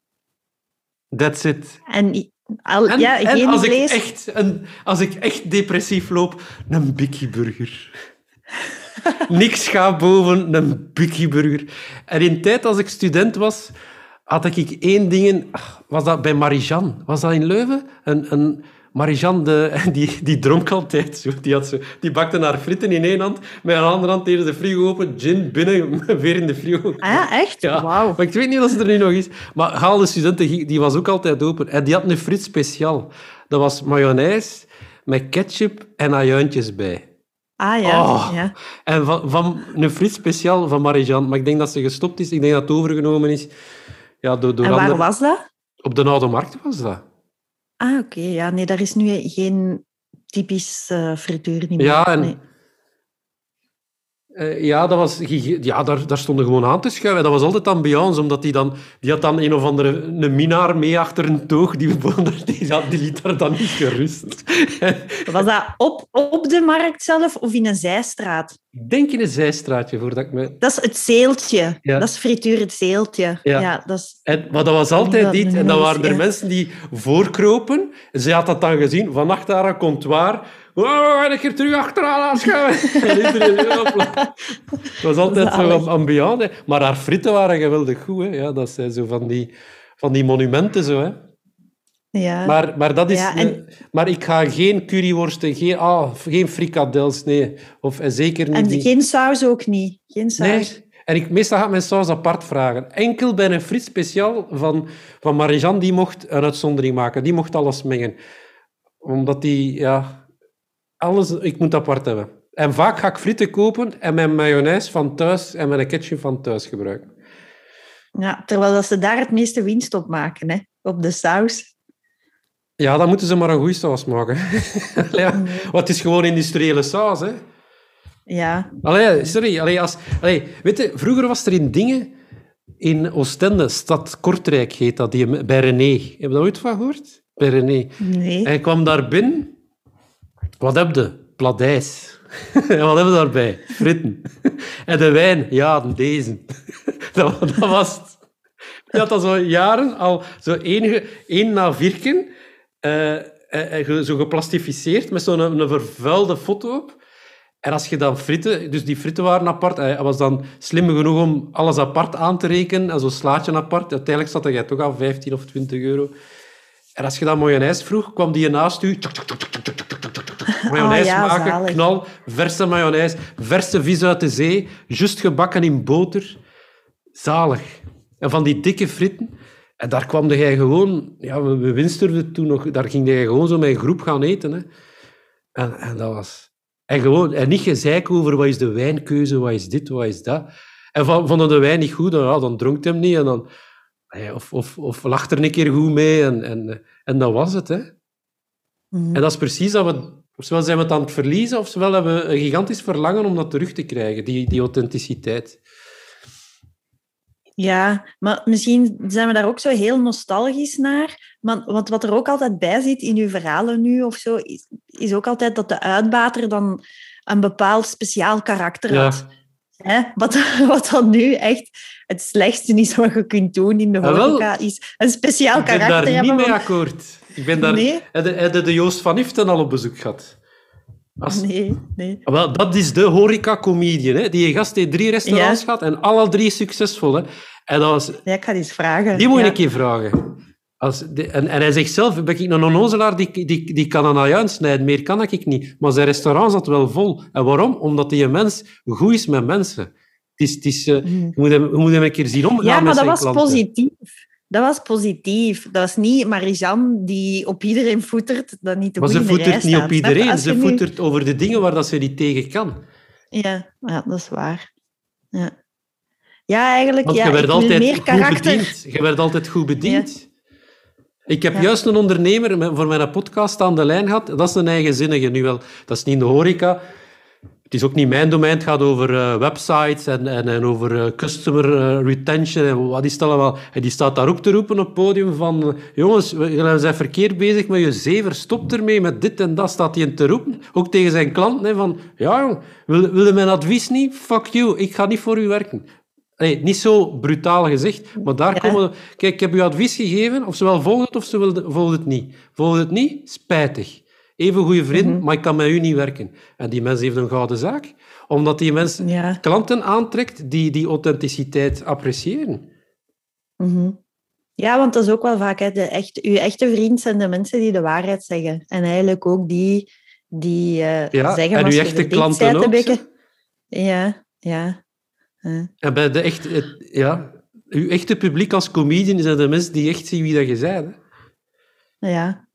That's it. En, al, en, ja, en geen als, vlees. ik echt een, als ik echt depressief loop, een Biggie burger. Niks gaat boven een Bukkie-burger. En in de tijd als ik student was, had ik één ding... Was dat bij Marie-Jeanne? Was dat in Leuven? Een... een Marie-Jeanne, de, die, die dronk altijd zo. Die, had zo. die bakte haar fritten in één hand, met een andere hand deden de frigo open, gin binnen, weer in de frigo. Ah ja, echt? Ja. Wauw. Maar ik weet niet of ze er nu nog is. Maar Gaalde Studenten, die was ook altijd open. En die had een frit speciaal. Dat was mayonaise met ketchup en ajuintjes bij. Ah ja, Oh. ja. En van, van een frit speciaal van Marie-Jeanne. Maar ik denk dat ze gestopt is. Ik denk dat het overgenomen is. Ja, door, door En waar andere... was dat? Op de Oude Markt was dat. Ah, oké. Okay. Ja, nee, daar is nu geen typisch uh, frituur niet meer. Ja, en... Nee. Uh, ja, dat was, ja daar, daar stonden gewoon aan te schuiven. Dat was altijd ambiance, omdat die dan... Die had dan een of andere een minnaar mee achter een toog. Die, die, die liet daar dan niet gerust. Was dat op, op de markt zelf of in een zijstraat? Ik denk in een zijstraatje, voordat ik me... Dat is het zeeltje. Ja. Dat is frituur het zeeltje. Ja. Ja, dat is... en, maar dat was altijd dat niet. En dan waren er ja. mensen die voorkropen. Ze had dat dan gezien. Van achter haar comptoir... Oh, een keer terug achteraan aanschuiven. En iedereen... Het was altijd zo ambiant. Maar haar fritten waren geweldig goed. Hè. Ja, dat zijn zo van die, van die monumenten. Zo, hè. Ja. Maar, maar, dat is, ja, en... maar ik ga geen curryworsten, geen, ah, geen frikadels, nee. Of, en zeker niet... En die... geen saus ook niet. Geen saus. Nee. En ik, meestal ga ik mijn saus apart vragen. Enkel bij een frit speciaal van, van Marie-Jeanne, die mocht een uitzondering maken. Die mocht alles mengen. Omdat die... Ja, alles... Ik moet apart hebben. En vaak ga ik fritten kopen en mijn mayonaise van thuis en mijn ketchup van thuis gebruiken. Ja, terwijl dat ze daar het meeste winst op maken, hè? Op de saus. Ja, dan moeten ze maar een goede saus maken. ja, nee. Want het is gewoon industriële saus, hè. Ja. Allee, sorry. Allee, als, allee, weet je, vroeger was er in Dingen, in Oostende, stad Kortrijk heet dat, die, bij René. Heb je daar ooit van gehoord? Bij René. Nee. En ik kwam daar binnen. Wat heb je? Pladijs. En wat hebben we daarbij? Fritten. En de wijn? Ja, deze. dat, dat was het. Je had dat zo jaren al zo enige, één na vierken, uh, uh, zo geplastificeerd met zo'n een, een vervuilde foto op. En als je dan fritten, dus die fritten waren apart, hij was dan slim genoeg om alles apart aan te rekenen en zo'n slaatje apart. Uiteindelijk zat jij toch aan vijftien of twintig euro. En als je dan mayonaise vroeg, kwam die naast u. Mayonaise oh, ja, maken, zalig. Knal, verse mayonaise, verse vis uit de zee, juist gebakken in boter. Zalig. En van die dikke fritten. En daar kwam jij gewoon... Ja, we winsterden toen nog... Daar ging jij gewoon zo met een groep gaan eten. Hè. En, en dat was... En, gewoon, en niet gezeik over wat is de wijnkeuze, wat is dit, wat is dat. En vonden de wijn niet goed, dan, ja, dan dronk hij hem niet. En dan, of, of, of lacht er een keer goed mee. En, en, en dat was het. Hè. Mm. En dat is precies dat we... Ofwel zijn we het aan het verliezen, ofwel hebben we een gigantisch verlangen om dat terug te krijgen, die, die authenticiteit. Ja, maar misschien zijn we daar ook zo heel nostalgisch naar. Maar wat, wat er ook altijd bij zit in uw verhalen nu of zo, is, is ook altijd dat de uitbater dan een bepaald speciaal karakter ja. had. Hè? Wat, wat dan nu echt het slechtste is wat je kunt doen in de horeca, is een speciaal karakter hebben. Ik ben daar niet van... mee akkoord. Ik ben daar... Nee? Heb je de Joost van Iften al op bezoek gehad? Als... Nee, nee. Wel, dat is de horeca-comedian. Hè? Die gast heeft drie restaurants ja. gehad en alle drie succesvol. Hè? En dat was... Ja, ik ga die eens vragen. Die moet je ja. een keer vragen. Als de... en, en hij zegt zelf, ben ik een onnozelaar, die, die, die kan een ajuin snijden. Meer kan ik niet. Maar zijn restaurant zat wel vol. En waarom? Omdat die mens goed is met mensen. Het is, het is, uh, mm. je, moet hem, je moet hem een keer zien omgaan ja, met zijn klanten. Ja, maar dat was klanten. positief. Dat was positief. Dat was niet Marie-Jeanne die op iedereen voetert, dat niet te Maar goed ze voetert niet staat. op iedereen. Ze nu... voetert over de dingen waar dat ze niet tegen kan. Ja, ja dat is waar. Ja, ja eigenlijk... Want ja, je werd altijd meer goed karakter... bediend. Je werd altijd goed bediend. Ja. Ik heb ja. juist een ondernemer voor mijn podcast aan de lijn gehad. Dat is een eigenzinnige nu wel. Dat is niet in de horeca. Het is ook niet mijn domein. Het gaat over uh, websites en, en, en over uh, customer uh, retention en wat is dat allemaal. En die staat daar ook te roepen op het podium van uh, jongens, we zijn verkeerd bezig met je zever, stop ermee met dit en dat. Staat hij te roepen. Ook tegen zijn klanten. Hè, van, ja jong, wil, wil je mijn advies niet? Fuck you, ik ga niet voor u werken. Nee, niet zo brutaal gezegd, maar daar ja. komen... Kijk, ik heb u advies gegeven, of ze wel volgt het of ze volgt het niet. Volgt het niet? Spijtig. Even goede vriend, Mhm. maar ik kan met u niet werken. En die mens heeft een gouden zaak. Omdat die mens Ja. klanten aantrekt die die authenticiteit appreciëren. Mhm. Ja, want dat is ook wel vaak, hè, de echt, uw echte vriend zijn de mensen die de waarheid zeggen. En eigenlijk ook die, die uh, Ja, zeggen en als uw je echte verdikt klanten bent een ook. beetje. Hè? Ja, ja. Uh. En bij de echt, het, ja, uw echte publiek als comedian zijn de mensen die echt zien wie dat je bent. Hè? Ja.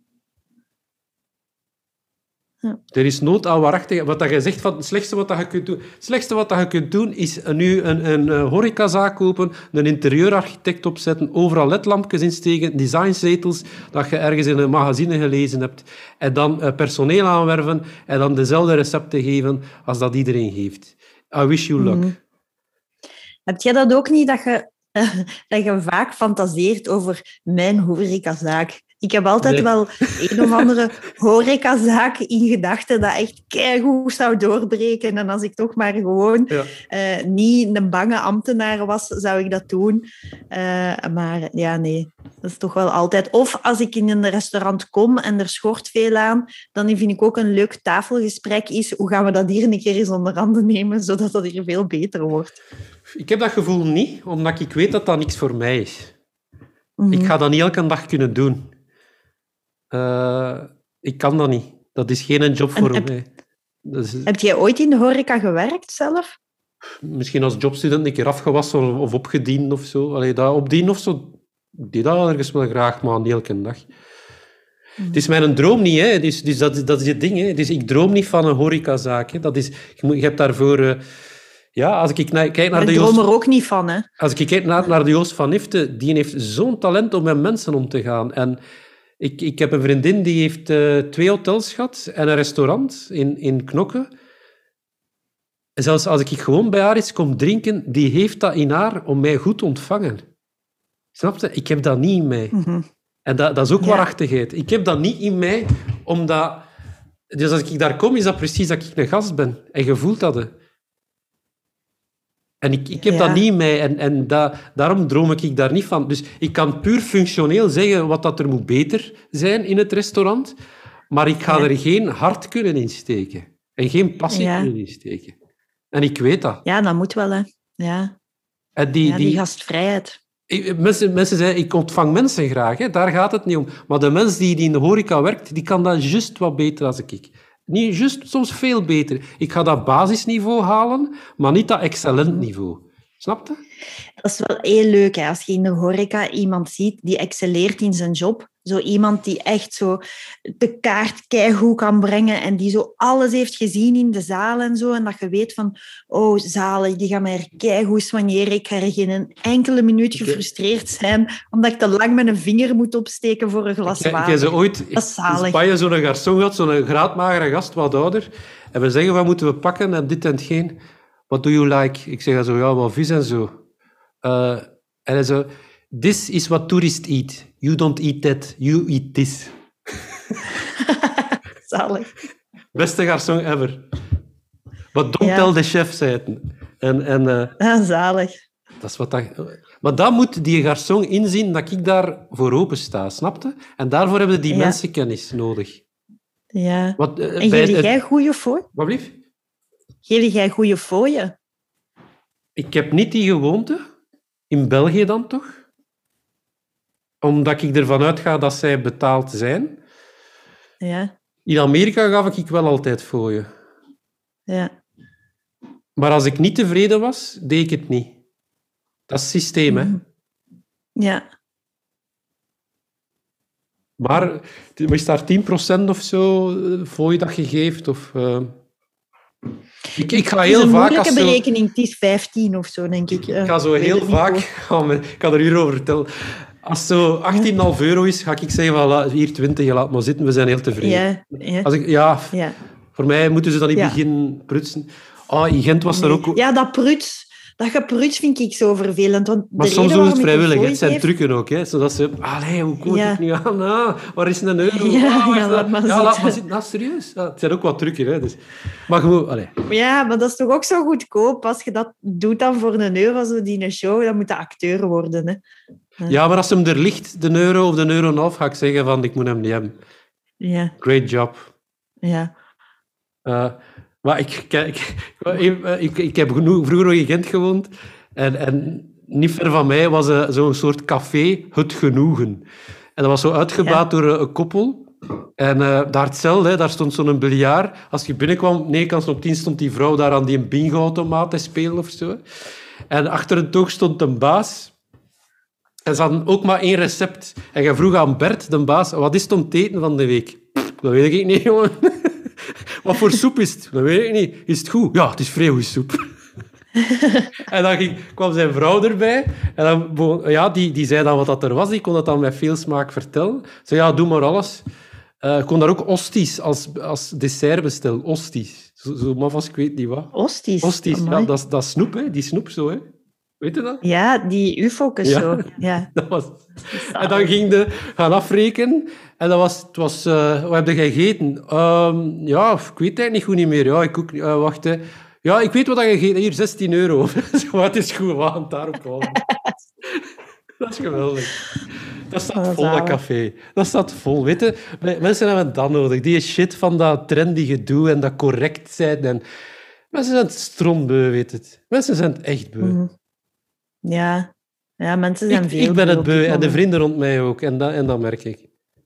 Ja. Er is nood aan waarachtigheid. Wat dat je zegt van het slechtste wat dat je kunt doen. Het slechtste wat dat je kunt doen is nu een, een, een horecazaak kopen, een interieurarchitect opzetten, overal ledlampjes insteken, designzetels, dat je ergens in een magazine gelezen hebt, en dan uh, personeel aanwerven en dan dezelfde recepten geven als dat iedereen geeft. I wish you luck. Mm. Heb jij dat ook niet, dat je, uh, dat je vaak fantaseert over mijn horecazaak? Ik heb altijd nee. wel een of andere horecazaak in gedachten dat echt keigoed zou doorbreken. En als ik toch maar gewoon ja. uh, niet een bange ambtenaar was, zou ik dat doen. Uh, maar ja, nee. Dat is toch wel altijd... Of als ik in een restaurant kom en er schort veel aan, dan vind ik ook een leuk tafelgesprek is, hoe gaan we dat hier een keer eens onder handen nemen, zodat dat hier veel beter wordt. Ik heb dat gevoel niet, omdat ik weet dat dat niks voor mij is. Mm-hmm. Ik ga dat niet elke dag kunnen doen. Uh, ik kan dat niet. Dat is geen job voor heb, mij. Is... Heb jij ooit in de horeca gewerkt zelf? Misschien als jobstudent een keer afgewassen of opgediend of zo. Allee, dat opdienen of zo, ik deed dat ergens wel graag, maar niet elke dag. Mm. Het is mijn droom niet, hè. Dus, dus dat, dat is het ding. Hè. Dus ik droom niet van een horecazaak. Hè. Dat is, je, moet, je hebt daarvoor... Uh, ja, als ik na, kijk naar ik de droom Joost, er ook niet van, hè. Als ik kijk naar, naar de Joost van Ifte, die heeft zo'n talent om met mensen om te gaan. En ik, ik heb een vriendin die heeft uh, twee hotels gehad en een restaurant in, in Knokke. En zelfs als ik gewoon bij haar iets kom drinken, die heeft dat in haar om mij goed te ontvangen. Snap je? Ik heb dat niet in mij. Mm-hmm. En dat, dat is ook ja. waarachtigheid. Ik heb dat niet in mij, omdat... Dus als ik daar kom, is dat precies dat ik een gast ben. En je voelt dat. Hè. En ik, ik heb ja. dat niet in mij. En, en da, daarom droom ik daar niet van. Dus ik kan puur functioneel zeggen wat dat er moet beter zijn in het restaurant. Maar ik ga ja. er geen hart kunnen insteken. En geen passie ja. kunnen insteken. En ik weet dat. Ja, dat moet wel, hè. Ja, en die, ja die, die gastvrijheid. Ik, mensen, mensen zeggen, ik ontvang mensen graag. Hè. Daar gaat het niet om. Maar de mens die, die in de horeca werkt, die kan dat juist wat beter dan ik. Niet juist, soms veel beter. Ik ga dat basisniveau halen, maar niet dat excellent niveau. Snap je? Dat is wel heel leuk, hè, als je in de horeca iemand ziet die excelleert in zijn job. Zo iemand die echt zo de kaart keigoed kan brengen en die zo alles heeft gezien in de zaal en zo. En dat je weet van, oh, zalen, die gaan mij er keigoed soigneren. Ik ga er geen enkele minuut gefrustreerd zijn omdat ik te lang met een vinger moet opsteken voor een glas water. Jij ze ooit in Spanje zo'n garçon gehad, zo'n graadmagere gast, wat ouder. En we zeggen, wat moeten we pakken en dit en hetgeen. What do you like? Ik zeg zo, ja, wat vis en zo. Uh, en hij zo, this is what tourists eat. You don't eat that, you eat this. Zalig. Beste garçon ever. But don't ja. tell the chef, zei het. En, en, uh, ja, zalig. Dat is wat dat... Maar dan moet die garçon inzien dat ik daar voor open sta, snapte? En daarvoor hebben die ja. mensenkennis nodig. Ja. Wat, uh, en geef jij goede fooi? Wat blieft? Geef jij goede fooien? Ik heb niet die gewoonte. In België dan toch? Omdat ik ervan uitga dat zij betaald zijn. Ja. In Amerika gaf ik wel altijd fooien. Ja. Maar als ik niet tevreden was, deed ik het niet. Dat is het systeem, hè. Ja. Maar is daar tien procent of zo fooi dat je geeft? Of... Uh... Ik, ik ga heel het is een vaak... moeilijke zo... berekening, het is vijftien of zo, denk ik. Ik, ik ga zo heel vaak... Oh, ik kan er hierover vertellen. Als het zo achttien komma vijf euro is, ga ik zeggen, van, hier twintig, laat maar zitten, we zijn heel tevreden. Ja, ja. Als ik, ja, ja. Voor mij moeten ze dan niet ja. beginnen prutsen. Ah, in Gent was er ook... Ja, dat pruts... Dat gepruts vind ik zo vervelend. Want maar de soms doen ze het vrijwillig. Het zijn heeft... trucken ook. Hè, zodat ze... Allee, hoe kom ja. ik nu aan? Ah, waar is een euro? Ja, ah, ja, laat maar ja, laat maar zitten. Nou, serieus. Ja, het zijn ook wat trucken. Hè, dus. Maar gewoon... Allee. Ja, maar dat is toch ook zo goedkoop. Als je dat doet dan voor een euro, zo die een show, dan moet de acteur worden. Hè. Ja. ja, maar als hem er ligt, de euro of de euro en een half, ga ik zeggen van, ik moet hem niet hebben. Ja. Great job. Ja. Uh, maar ik, ik, ik, ik, ik heb genoeg, vroeger nog in Gent gewoond. En, en niet ver van mij was uh, zo'n soort café, Het Genoegen. En dat was zo uitgebaat ja. door uh, een koppel. En uh, daar hetzelfde, hè, daar stond zo'n biljart. Als je binnenkwam, negen kansen op tien stond die vrouw daar aan die bingo-automaat te spelen of zo. En achter het toog stond een baas. En ze hadden ook maar één recept. En je vroeg aan Bert, de baas, wat is het om te eten van de week? Pff, dat weet ik niet, jongen. Wat voor soep is het? Dat weet ik niet. Is het goed? Ja, het is vrij goede soep. En dan ging, kwam zijn vrouw erbij. En dan, ja, die, die zei dan wat dat er was. Die kon dat dan met veel smaak vertellen. Ze zei, ja, doe maar alles. Uh, ik kon daar ook osties als, als dessert bestellen. Osties. Zo, zo maar vast, ik weet niet wat. Osties? Osties, ja, dat, dat is snoep, hè. Die snoep zo, hè. Weet je dat? Ja, die ufo's ja. zo. Ja. Dat was... En dan ging de gaan afrekenen. En dat was... Het was uh, wat heb je gegeten? Um, ja, ik weet het eigenlijk niet goed niet meer. Ja, ik ook... Uh, wacht, hè. Ja, ik weet wat je gegeten. Hier, zestien euro. Het is goed, we gaan het daarop halen. Dat is geweldig. Dat staat dat vol, dat café. Dat staat vol. Weet je, mensen hebben dat nodig. Die shit van dat trendy gedoe en dat correct zijn. En... Mensen zijn het strontbeu, weet het. Mensen zijn het echt beu. Mm. Ja. ja, mensen zijn ik, veel Ik ben het beu en de vrienden rond mij ook. En dat, en dat merk ik.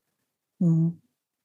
Mm.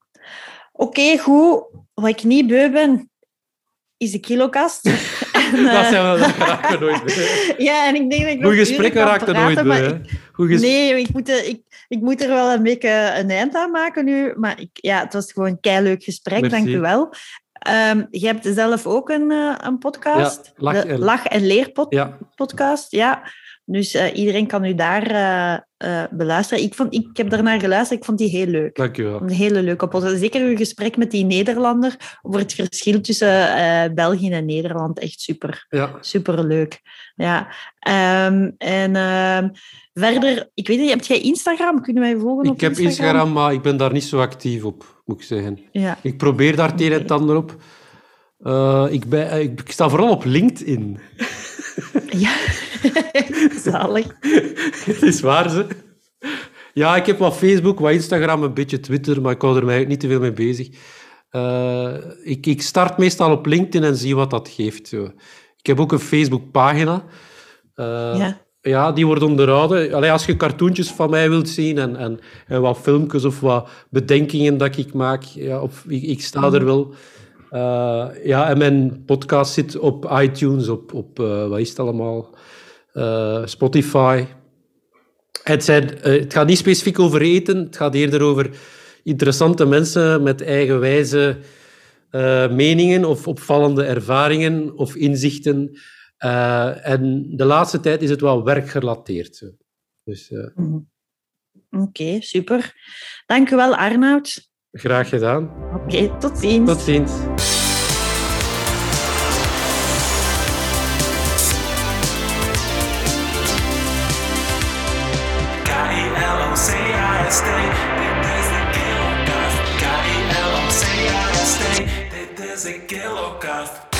Oké, okay, goed. Wat ik niet beu ben, is de kilokast. En, uh... dat, zijn we, dat raken we nooit beu. Ja, en ik denk dat ik Goeie gesprekken raken nooit beu. Ik... Nee, ik moet, ik, ik moet er wel een beetje een eind aan maken nu. Maar ik, ja, het was gewoon een keileuk gesprek. Merci. Dank u wel. Um, je hebt zelf ook een, uh, een podcast. Ja, Lach en, Lach en Leer pod- ja. podcast. Ja. Dus uh, iedereen kan u daar uh, uh, beluisteren. Ik, vond, ik heb daarnaar geluisterd. Ik vond die heel leuk. Dank u wel. Een hele leuke podcast. Zeker uw gesprek met die Nederlander over het verschil tussen uh, België en Nederland. Echt super. Ja. Super leuk. Ja. Um, en uh, verder, ik weet niet, heb jij Instagram? Kunnen wij volgen ik op Instagram? Ik heb Instagram, maar ik ben daar niet zo actief op, moet ik zeggen. Ja. Ik probeer daar het een en het ander op. Uh, ik, ben, ik, ik sta vooral op LinkedIn. Ja, zalig. Het is waar, ze. Ja, ik heb wat Facebook, wat Instagram, een beetje Twitter, maar ik hou er mij niet te veel mee bezig. Uh, ik, ik start meestal op LinkedIn en zie wat dat geeft. Zo. Ik heb ook een Facebookpagina. Uh, ja. Ja, die wordt onderhouden. Allee, als je cartoontjes van mij wilt zien en, en, en wat filmpjes of wat bedenkingen dat ik maak, ja, of, ik, ik sta er wel. Uh, ja, en mijn podcast zit op iTunes, op, op uh, wat is het allemaal? Uh, Spotify. Het, zijn, uh, het gaat niet specifiek over eten, het gaat eerder over interessante mensen met eigenwijze uh, meningen of opvallende ervaringen of inzichten. Uh, en de laatste tijd is het wel werkgerelateerd. Dus, uh... mm. Oké, okay, super. Dank u wel, Arnoud. Graag gedaan. Oké, okay, tot ziens. Tot ziens. K I L O C A S T, dit is de Kilokast. K I L O C A S T, dit is de Kilokast.